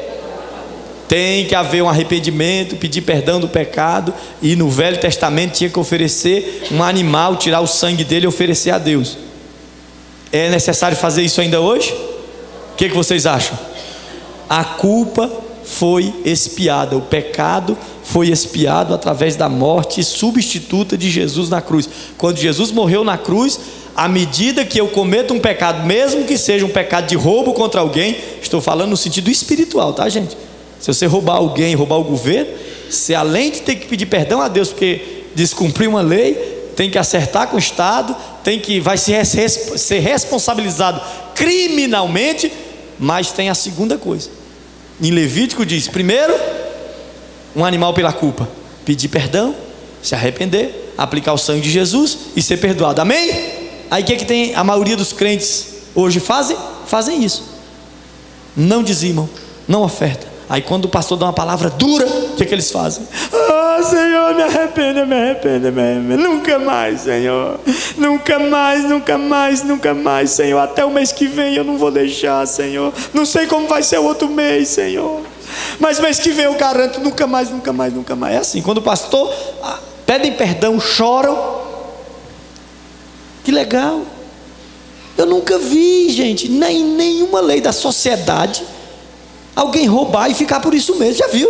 Tem que haver um arrependimento, pedir perdão do pecado. E no Velho Testamento tinha que oferecer um animal, tirar o sangue dele e oferecer a Deus. É necessário fazer isso ainda hoje? O que, que vocês acham? A culpa foi expiada, o pecado foi expiado através da morte substituta de Jesus na cruz. Quando Jesus morreu na cruz, à medida que eu cometo um pecado, mesmo que seja um pecado de roubo contra alguém, estou falando no sentido espiritual, tá, gente? Se você roubar alguém, roubar o governo, você, além de ter que pedir perdão a Deus porque descumpriu uma lei, tem que acertar com o Estado, tem que, vai ser, ser responsabilizado criminalmente. Mas tem a segunda coisa. Em Levítico diz: primeiro, um animal pela culpa, pedir perdão, se arrepender, aplicar o sangue de Jesus e ser perdoado, amém? Aí o que, é que tem a maioria dos crentes hoje fazem? Fazem isso. Não dizimam, não ofertam. Aí quando o pastor dá uma palavra dura, o que, é que eles fazem? Ah, Senhor, me arrependa, me arrependa, me arrependa. Nunca mais, Senhor. Nunca mais, nunca mais, nunca mais, Senhor. Até o mês que vem eu não vou deixar, Senhor. Não sei como vai ser o outro mês, Senhor. Mas mês que vem eu garanto, nunca mais, nunca mais, nunca mais. É assim, quando o pastor ah, pedem perdão, choram. Que legal. Eu nunca vi, gente, nem nenhuma lei da sociedade alguém roubar e ficar por isso mesmo. Já viu?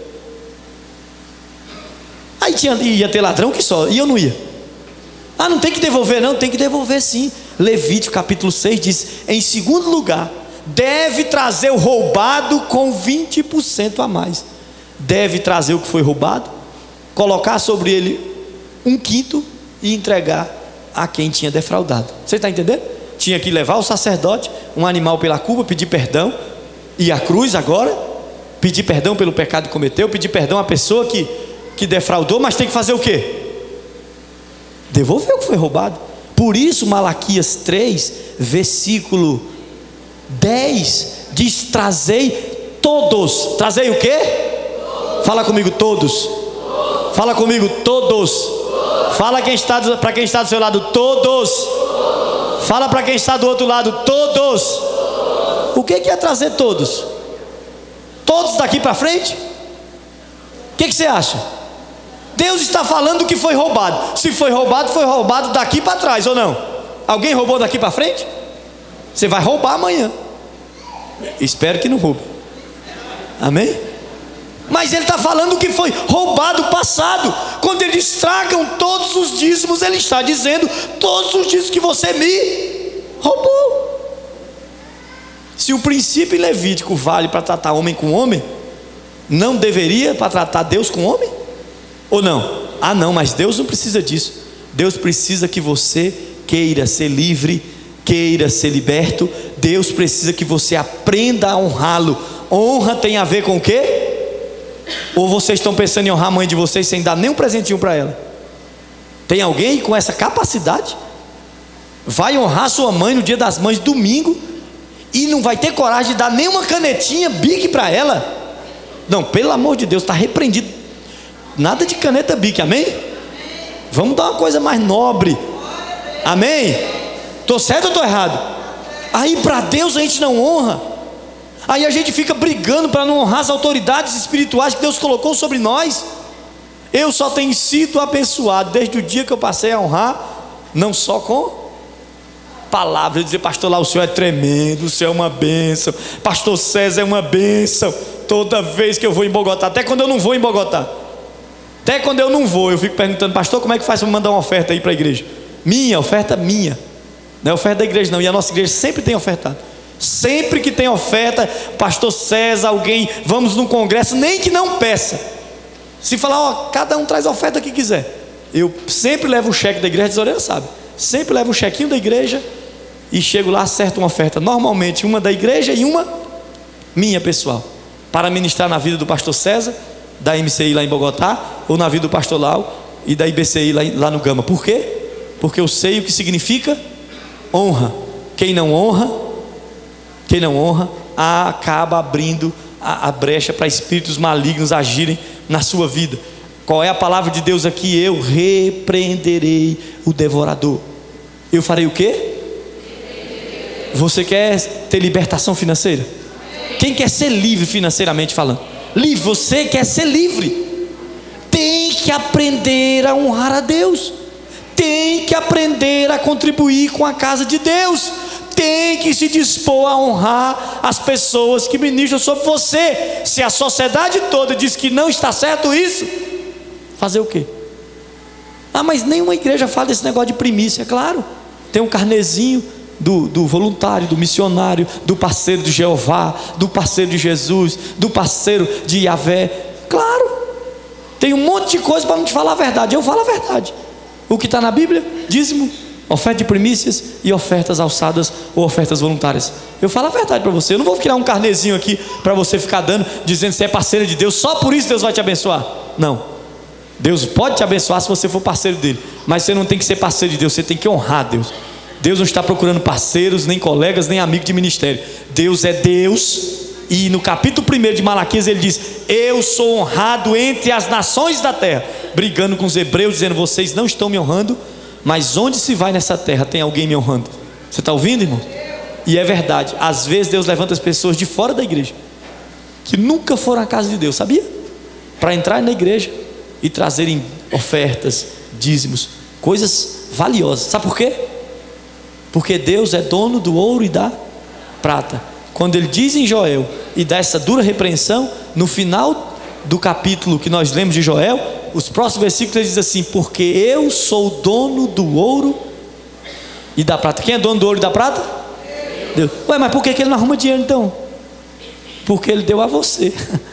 Aí tinha, ia ter ladrão que só, e eu não ia. Ah, não tem que devolver não? Tem que devolver sim. Levítico capítulo seis diz: em segundo lugar, deve trazer o roubado com vinte por cento a mais. Deve trazer o que foi roubado, colocar sobre ele um quinto e entregar a quem tinha defraudado. Você está entendendo? Tinha que levar o sacerdote, um animal pela culpa, pedir perdão, e a cruz agora, pedir perdão pelo pecado que cometeu, pedir perdão à pessoa que, que defraudou, mas tem que fazer o quê? Devolver o que foi roubado. Por isso Malaquias três, versículo dez, diz: trazei todos. Trazei o quê? Fala comigo, todos. Fala comigo, todos. Fala quem está, para quem está do seu lado, todos. Fala para quem está do outro lado, todos. O que é trazer todos? Todos daqui para frente? O que, que você acha? Deus está falando que foi roubado. Se foi roubado, foi roubado daqui para trás, ou não? Alguém roubou daqui para frente? Você vai roubar amanhã. Espero que não roube. Amém? Mas ele está falando que foi roubado passado. Quando eles tragam todos os dízimos, ele está dizendo: todos os dízimos que você me roubou. Se o princípio levítico vale para tratar homem com homem, não deveria para tratar Deus com homem? Ou não? Ah não, mas Deus não precisa disso. Deus precisa que você queira ser livre, queira ser liberto. Deus precisa que você aprenda a honrá-lo. Honra tem a ver com o quê? Ou vocês estão pensando em honrar a mãe de vocês sem dar nem um presentinho para ela? Tem alguém com essa capacidade? Vai honrar sua mãe no dia das mães, domingo, e não vai ter coragem de dar nem uma canetinha Bic para ela? Não, pelo amor de Deus, está repreendido. Nada de caneta Bic, amém? Vamos dar uma coisa mais nobre, amém? Estou certo ou estou errado? Aí para Deus a gente não honra. Aí a gente fica brigando para não honrar as autoridades espirituais que Deus colocou sobre nós. Eu só tenho sido abençoado desde o dia que eu passei a honrar, não só com palavras, dizer: pastor, lá o senhor é tremendo, o senhor é uma bênção, pastor César é uma bênção. Toda vez que eu vou em Bogotá, até quando eu não vou em Bogotá, até quando eu não vou, eu fico perguntando: pastor, como é que faz para mandar uma oferta aí para a igreja? Minha, oferta minha, não é oferta da igreja não, e a nossa igreja sempre tem ofertado. Sempre que tem oferta, pastor César, alguém, vamos num congresso, nem que não peça, se falar: ó, cada um traz a oferta que quiser, eu sempre levo o cheque da igreja, a tesouraria sabe, Sempre levo um chequinho da igreja e chego lá, acerto uma oferta, normalmente uma da igreja e uma minha pessoal, para ministrar na vida do pastor César, da M C I lá em Bogotá, ou na vida do pastor Lau e da I B C I lá, lá no Gama. Por quê? Porque eu sei o que significa honra. Quem não honra, quem não honra, acaba abrindo a, a brecha para espíritos malignos agirem na sua vida. Qual é a palavra de Deus aqui? Eu repreenderei o devorador. Eu farei o quê? Você quer ter libertação financeira? Quem quer ser livre financeiramente falando? Livre, você quer ser livre. Tem que aprender a honrar a Deus. Tem que aprender a contribuir com a casa de Deus. Tem que se dispor a honrar as pessoas que ministram sobre você. Se a sociedade toda diz que não está certo isso, fazer o quê? Ah, mas nenhuma igreja fala desse negócio de primícia. É claro, tem um carnezinho do, do voluntário, do missionário, do parceiro de Jeová, do parceiro de Jesus, do parceiro de Yahvé. Claro, tem um monte de coisa para não te falar a verdade. Eu falo a verdade. O que está na Bíblia: dízimo, oferta de primícias e ofertas alçadas ou ofertas voluntárias. Eu falo a verdade para você. Eu não vou criar um carnezinho aqui para você ficar dando, dizendo que você é parceiro de Deus, só por isso Deus vai te abençoar. Não. Deus pode te abençoar se você for parceiro dele, mas você não tem que ser parceiro de Deus, você tem que honrar Deus. Deus não está procurando parceiros, nem colegas, nem amigos de ministério. Deus é Deus. E no capítulo primeiro de Malaquias ele diz: eu sou honrado entre as nações da terra, brigando com os hebreus, dizendo: vocês não estão me honrando, mas onde se vai nessa terra tem alguém me honrando. Você está ouvindo, irmão? E é verdade, às vezes Deus levanta as pessoas de fora da igreja, que nunca foram à casa de Deus, sabia? Para entrar na igreja e trazerem ofertas, dízimos, coisas valiosas. Sabe por quê? Porque Deus é dono do ouro e da prata. Quando ele diz em Joel e dá essa dura repreensão, no final do capítulo que nós lemos de Joel, os próximos versículos ele diz assim: porque eu sou dono do ouro e da prata. Quem é dono do ouro e da prata? Deus. Ué, mas por que ele não arruma dinheiro então? Porque ele deu a você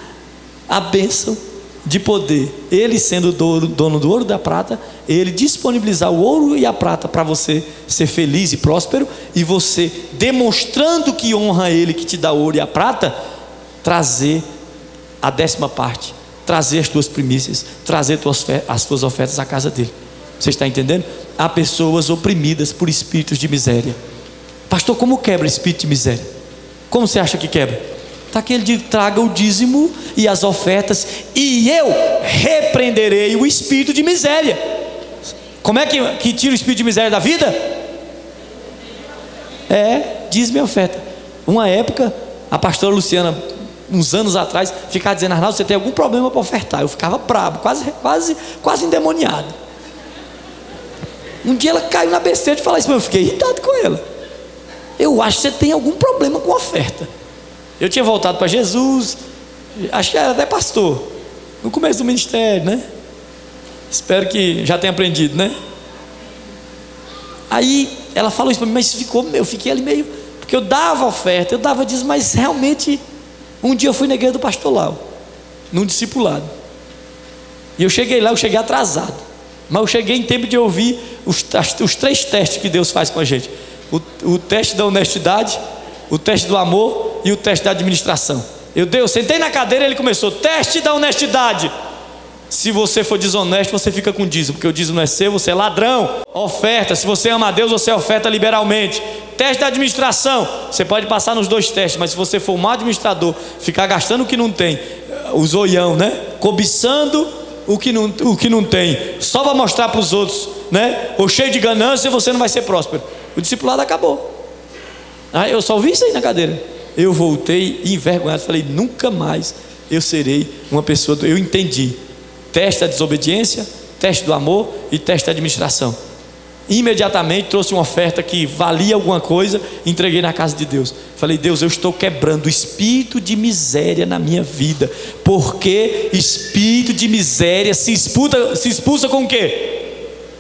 a bênção de poder, ele sendo dono do ouro e da prata, ele disponibilizar o ouro e a prata para você ser feliz e próspero, e você, demonstrando que honra ele que te dá o ouro e a prata, trazer a décima parte, trazer as tuas primícias, trazer as tuas ofertas à casa dele. Você está entendendo? Há pessoas oprimidas por espíritos de miséria. Pastor, como quebra espírito de miséria? Como você acha que quebra? Está aqui, ele diz: traga o dízimo e as ofertas, e eu repreenderei o espírito de miséria. Como é que, que tira o espírito de miséria da vida? É, dízimo e oferta. Uma época, a pastora Luciana, uns anos atrás, ficava dizendo: Arnaldo, você tem algum problema para ofertar? Eu ficava brabo, quase, quase, quase endemoniado. Um dia ela caiu na besteira de falar isso, mas eu fiquei irritado com ela. Eu acho que você tem algum problema com oferta. Eu tinha voltado para Jesus, acho que era até pastor, no começo do ministério, né? Espero que já tenha aprendido, né? Aí ela falou isso para mim, mas ficou, eu fiquei ali meio, porque eu dava oferta, eu dava dízimo, mas realmente, um dia eu fui na igreja do pastor Lau, num discipulado, e eu cheguei lá, eu cheguei atrasado, mas eu cheguei em tempo de ouvir os, os três testes que Deus faz com a gente: o, o teste da honestidade, o teste do amor e o teste da administração. Eu dei, eu sentei na cadeira e ele começou: teste da honestidade. Se você for desonesto, você fica com dízimo, porque o dízimo não é seu, você é ladrão. Oferta, se você ama a Deus, você oferta liberalmente. Teste da administração, você pode passar nos dois testes, mas se você for um mau administrador, ficar gastando o que não tem, o zoião, né? Cobiçando o que não, o que não tem, só para mostrar para os outros, né? Ou cheio de ganância, você não vai ser próspero. O discipulado acabou. Ah, eu só ouvi isso aí na cadeira. Eu voltei envergonhado, falei: nunca mais eu serei uma pessoa do... Eu entendi: teste da desobediência, teste do amor e teste da administração. Imediatamente trouxe uma oferta que valia alguma coisa, entreguei na casa de Deus. Falei: Deus, eu estou quebrando o espírito de miséria na minha vida, porque espírito de miséria se expulsa, se expulsa com o quê?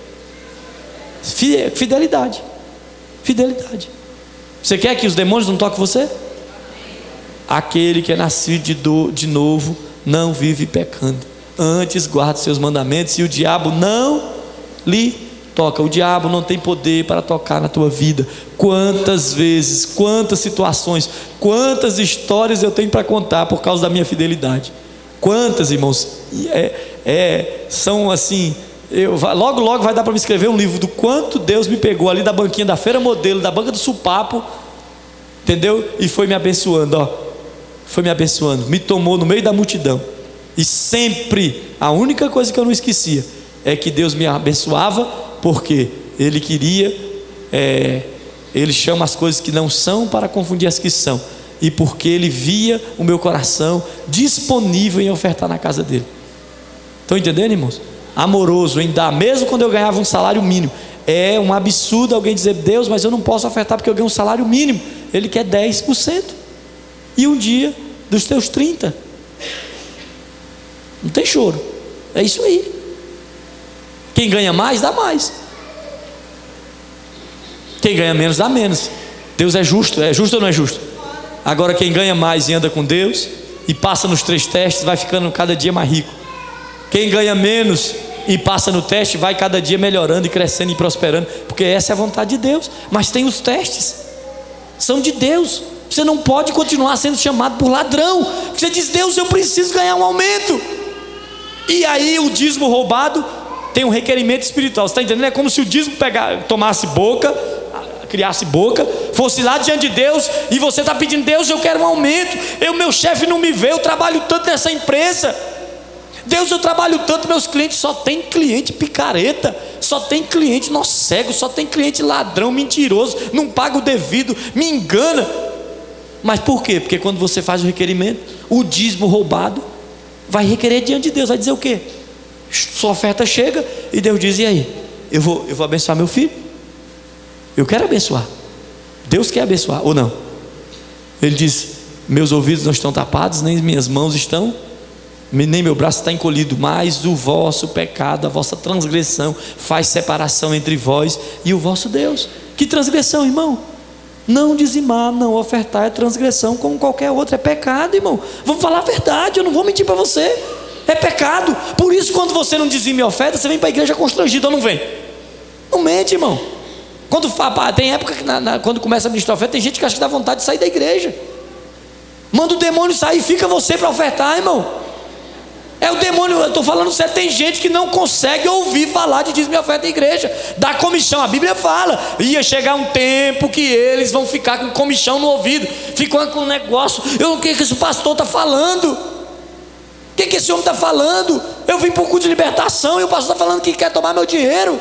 Fidelidade. Fidelidade. Você quer que os demônios não toquem você? Aquele que é nascido de, do, de novo não vive pecando, antes guarda seus mandamentos, e o diabo não lhe toca. O diabo não tem poder para tocar na tua vida. Quantas vezes, quantas situações, quantas histórias eu tenho para contar por causa da minha fidelidade. Quantas, irmãos, é, é, são assim, eu, logo logo vai dar para me escrever um livro do quanto Deus me pegou ali da banquinha da Feira Modelo, da banca do Supapo, entendeu? E foi me abençoando, ó, foi me abençoando, me tomou no meio da multidão. E sempre, a única coisa que eu não esquecia é que Deus me abençoava, porque Ele queria, é, Ele chama as coisas que não são para confundir as que são, e porque Ele via o meu coração disponível em ofertar na casa dEle. Estão entendendo, irmãos? Amoroso em dar, mesmo quando eu ganhava um salário mínimo. É um absurdo alguém dizer: Deus, mas eu não posso ofertar porque eu ganho um salário mínimo. Ele quer dez por cento, e um dia dos teus trinta. Não tem choro, é isso aí. Quem ganha mais, dá mais. Quem ganha menos, dá menos. Deus é justo, é justo ou não é justo? Agora quem ganha mais e anda com Deus e passa nos três testes, vai ficando cada dia mais rico. Quem ganha menos e passa no teste, vai cada dia melhorando e crescendo e prosperando, porque essa é a vontade de Deus. Mas tem os testes, são de Deus. Você não pode continuar sendo chamado por ladrão. Você diz: Deus, eu preciso ganhar um aumento. E aí o dízimo roubado tem um requerimento espiritual. Você está entendendo? É como se o dízimo pegar, tomasse boca, criasse boca, fosse lá diante de Deus, e você está pedindo: Deus, eu quero um aumento, eu, meu chefe não me vê, eu trabalho tanto nessa empresa, Deus, eu trabalho tanto, meus clientes só tem cliente picareta, só tem cliente nó cego, só tem cliente ladrão, mentiroso, não paga o devido, me engana. Mas por quê? Porque quando você faz o requerimento, o dízimo roubado vai requerer diante de Deus, vai dizer o quê? Sua oferta chega e Deus diz: e aí? Eu vou, eu vou abençoar meu filho? Eu quero abençoar. Deus quer abençoar ou não? Ele diz: meus ouvidos não estão tapados, nem minhas mãos estão, nem meu braço está encolhido, mas o vosso pecado, a vossa transgressão faz separação entre vós e o vosso Deus. Que transgressão, irmão? Não dizimar, não ofertar é transgressão como qualquer outra, é pecado, irmão. Vamos falar a verdade, eu não vou mentir para você, é pecado. Por isso, quando você não dizima e oferta, você vem para a igreja constrangido ou não vem? Não mente, irmão. Quando, tem época que na, na, quando começa a ministrar oferta, tem gente que acha que dá vontade de sair da igreja. Manda o demônio sair, fica você para ofertar, irmão. É o demônio, eu estou falando sério. Tem gente que não consegue ouvir falar de dízimo e oferta da igreja, da comichão. A Bíblia fala: ia chegar um tempo que eles vão ficar com comichão no ouvido, ficam com um negócio. Eu, o que, que esse pastor está falando? O que, que esse homem está falando? Eu vim para o culto de libertação e o pastor está falando que quer tomar meu dinheiro.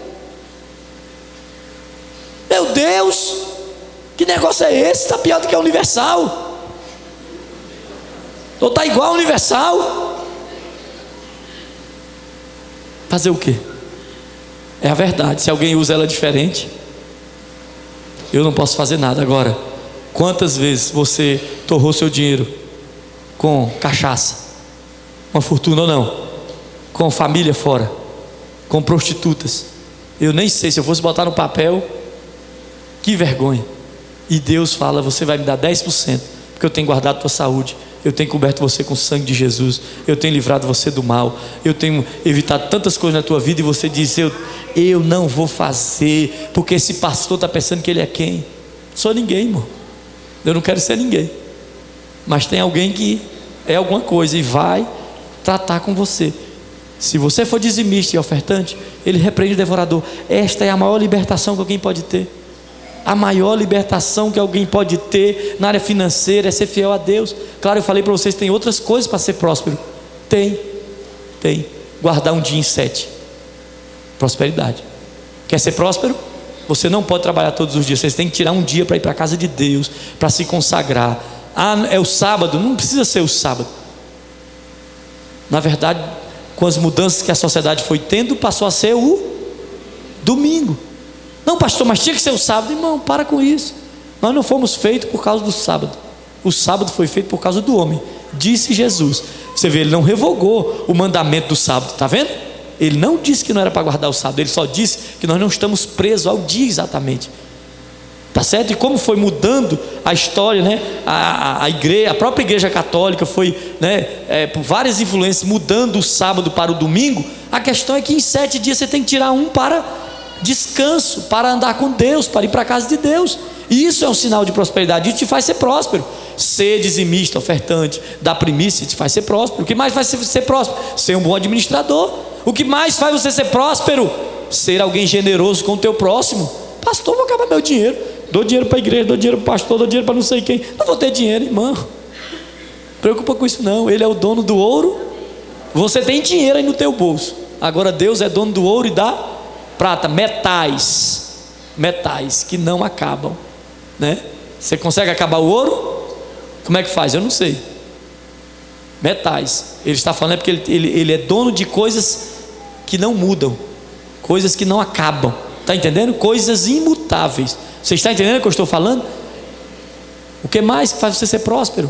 Meu Deus, que negócio é esse? Está pior do que a Universal? Ou está igual a Universal? Fazer o quê? É a verdade. Se alguém usa ela diferente, eu não posso fazer nada. Agora, quantas vezes você torrou seu dinheiro com cachaça, uma fortuna ou não, com família fora, com prostitutas? Eu nem sei, se eu fosse botar no papel, que vergonha. E Deus fala: você vai me dar dez por cento, porque eu tenho guardado a tua saúde, eu tenho coberto você com o sangue de Jesus, eu tenho livrado você do mal, eu tenho evitado tantas coisas na tua vida. E você diz: eu, eu não vou fazer, porque esse pastor está pensando que ele é quem? Sou ninguém, irmão. Eu não quero ser ninguém, mas tem alguém que é alguma coisa e vai tratar com você. Se você for dizimista e ofertante, ele repreende o devorador. Esta é a maior libertação que alguém pode ter. A maior libertação que alguém pode ter na área financeira é ser fiel a Deus. Claro, eu falei para vocês, tem outras coisas para ser próspero. Tem, tem. Guardar um dia em sete. Prosperidade. Quer ser próspero? Você não pode trabalhar todos os dias. Você tem que tirar um dia para ir para a casa de Deus, para se consagrar. Ah, é o sábado? Não precisa ser o sábado. Na verdade, com as mudanças que a sociedade foi tendo, passou a ser o domingo. Não, pastor, mas tinha que ser o sábado. Irmão, para com isso. Nós não fomos feitos por causa do sábado. O sábado foi feito por causa do homem, disse Jesus. Você vê, ele não revogou o mandamento do sábado, está vendo? Ele não disse que não era para guardar o sábado, ele só disse que nós não estamos presos ao dia exatamente. Tá certo? E como foi mudando a história, né? A, a, a igreja, a própria igreja católica foi, né, é, por várias influências, mudando o sábado para o domingo. A questão é que em sete dias você tem que tirar um para descanso para andar com Deus, para ir para a casa de Deus. E isso é um sinal de prosperidade, isso te faz ser próspero. Ser dizimista, ofertante, dar primícia te faz ser próspero. O que mais faz você ser próspero? Ser um bom administrador. O que mais faz você ser próspero? Ser alguém generoso com o teu próximo. Pastor, vou acabar meu dinheiro, dou dinheiro para a igreja, dou dinheiro para o pastor, dou dinheiro para não sei quem, não vou ter dinheiro, irmão. Preocupa com isso não, Ele é o dono do ouro. Você tem dinheiro aí no teu bolso, agora Deus é dono do ouro e da prata, metais, metais que não acabam, né? Você consegue acabar o ouro? Como é que faz? Eu não sei. Metais, Ele está falando é porque ele, ele, ele é dono de coisas que não mudam, coisas que não acabam, está entendendo? Coisas imutáveis. Você está entendendo o que eu estou falando? O que mais que faz você ser próspero?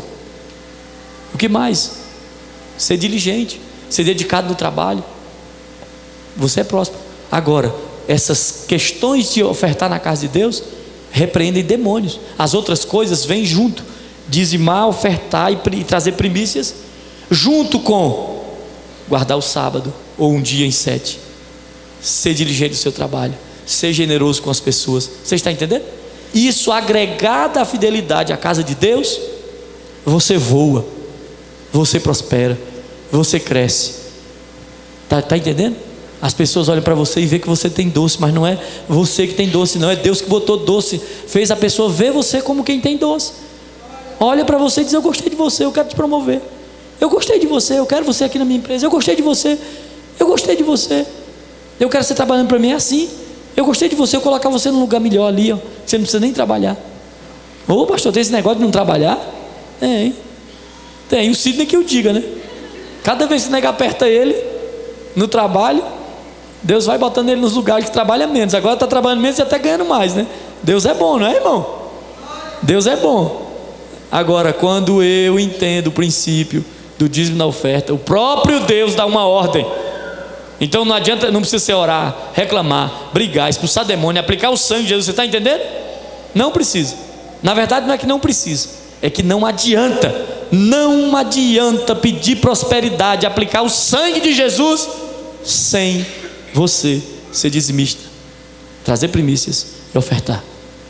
O que mais? Ser diligente, ser dedicado no trabalho. Você é próspero. Agora, essas questões de ofertar na casa de Deus repreendem demônios. As outras coisas vêm junto: dizimar, ofertar e, e trazer primícias, junto com guardar o sábado ou um dia em sete, ser diligente no seu trabalho, ser generoso com as pessoas. Você está entendendo? Isso agregado à fidelidade à casa de Deus, você voa, você prospera, você cresce. Está tá entendendo? As pessoas olham para você e vê que você tem doce, mas não é você que tem doce, não, é Deus que botou doce, fez a pessoa ver você como quem tem doce. Olha para você e diz: eu gostei de você, eu quero te promover, eu gostei de você, eu quero você aqui na minha empresa, eu gostei de você, eu gostei de você, eu quero você trabalhando para mim assim, eu gostei de você, eu colocar você num lugar melhor ali, ó, você não precisa nem trabalhar. Ô pastor, tem esse negócio de não trabalhar? Tem, tem, o Sidney que eu diga, né? Cada vez que o nego aperta ele no trabalho, Deus vai botando ele nos lugares que trabalha menos. Agora está trabalhando menos e até ganhando mais, né? Deus é bom, não é, irmão? Deus é bom. Agora, quando eu entendo o princípio do dízimo da oferta, o próprio Deus dá uma ordem. Então não adianta, não precisa ser orar, reclamar, brigar, expulsar demônio, aplicar o sangue de Jesus. Você está entendendo? Não precisa. Na verdade não é que não precisa, é que não adianta. Não adianta pedir prosperidade, aplicar o sangue de Jesus sem você ser dizimista, trazer primícias e ofertar.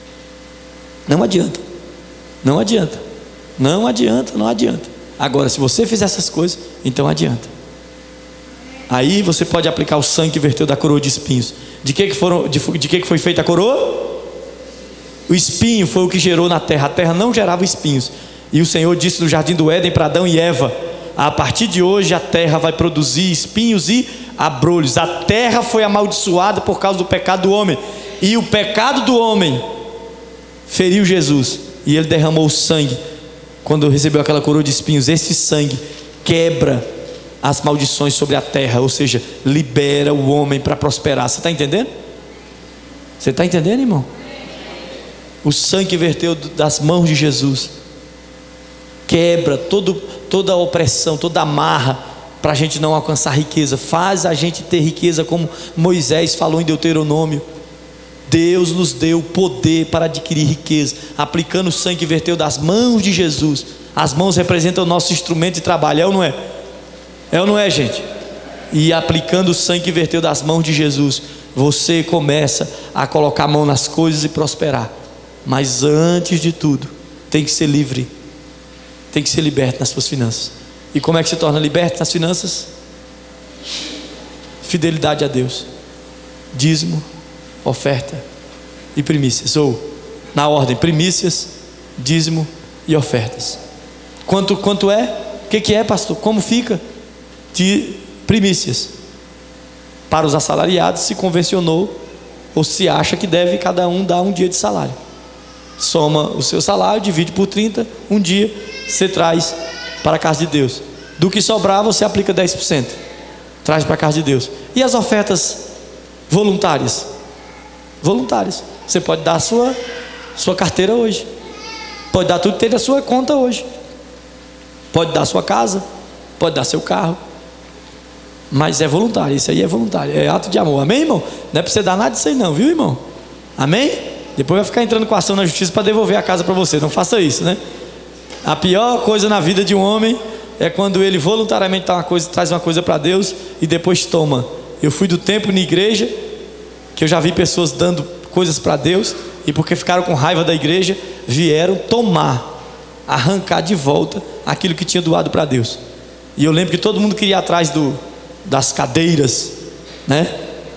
Não adianta. Não adianta. Não adianta, não adianta. Agora, se você fizer essas coisas, então adianta. Aí você pode aplicar o sangue que verteu da coroa de espinhos. De que que foram, de, de que que foi feita a coroa? O espinho foi o que gerou na terra. A terra não gerava espinhos. E o Senhor disse no jardim do Éden para Adão e Eva: a partir de hoje a terra vai produzir espinhos e abrolhos. A terra foi amaldiçoada por causa do pecado do homem, e o pecado do homem feriu Jesus, e ele derramou o sangue. Quando recebeu aquela coroa de espinhos, esse sangue quebra as maldições sobre a terra, ou seja, libera o homem para prosperar. Você está entendendo? Você está entendendo, irmão? O sangue que verteu das mãos de Jesus quebra todo, toda a opressão, toda a amarra, para a gente não alcançar riqueza. Faz a gente ter riqueza, como Moisés falou em Deuteronômio. Deus nos deu poder para adquirir riqueza, aplicando o sangue que verteu das mãos de Jesus. As mãos representam o nosso instrumento de trabalho, é ou não é? É ou não é, gente? E aplicando o sangue que verteu das mãos de Jesus, você começa a colocar a mão nas coisas e prosperar. Mas antes de tudo, tem que ser livre, tem que ser liberto nas suas finanças. E como é que se torna liberto nas finanças? Fidelidade a Deus, dízimo, oferta e primícias, ou na ordem: primícias, dízimo e ofertas. Quanto, quanto é? O que, que é, pastor? Como fica? De primícias. Para os assalariados se convencionou, ou se acha que deve cada um dar um dia de salário. Soma o seu salário, divide por trinta, um dia você traz para a casa de Deus. Do que sobrar você aplica dez por cento, traz para a casa de Deus. E as ofertas voluntárias? Voluntárias. Você pode dar a sua, sua carteira hoje, pode dar tudo que tem da sua conta hoje, pode dar a sua casa, pode dar seu carro, mas é voluntário. Isso aí é voluntário, é ato de amor. Amém, irmão? Não é para você dar nada disso aí não, viu, irmão? Amém? Depois vai ficar entrando com ação na justiça para devolver a casa para você. Não faça isso, né? A pior coisa na vida de um homem é quando ele voluntariamente dá uma coisa, traz uma coisa para Deus e depois toma. Eu fui do templo na igreja que eu já vi pessoas dando coisas para Deus e porque ficaram com raiva da igreja, vieram tomar, arrancar de volta aquilo que tinha doado para Deus. E eu lembro que todo mundo queria ir atrás do, das cadeiras, né?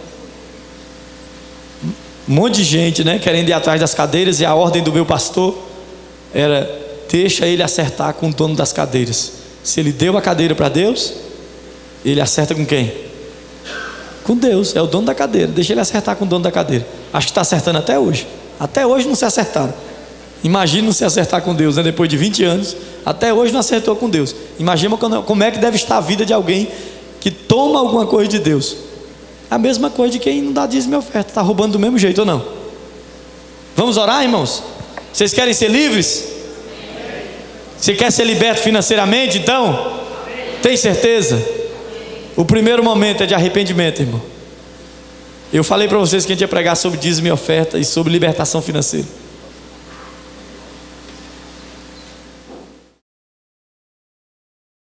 Um monte de gente, né, querendo ir atrás das cadeiras, e a ordem do meu pastor era: deixa ele acertar com o dono das cadeiras. Se ele deu a cadeira para Deus, ele acerta com quem? Com Deus, é o dono da cadeira. Deixa ele acertar com o dono da cadeira. Acho que está acertando até hoje. Até hoje não se acertaram. Imagina não se acertar com Deus, né? Depois de vinte anos, até hoje não acertou com Deus. Imagina como é que deve estar a vida de alguém que toma alguma coisa de Deus. A mesma coisa de quem não dá dízimo e oferta, está roubando do mesmo jeito ou não? Vamos orar, irmãos? Vocês querem ser livres? Você quer ser liberto financeiramente, então? Tem certeza? O primeiro momento é de arrependimento, irmão. Eu falei para vocês que a gente ia pregar sobre dízimo e oferta e sobre libertação financeira.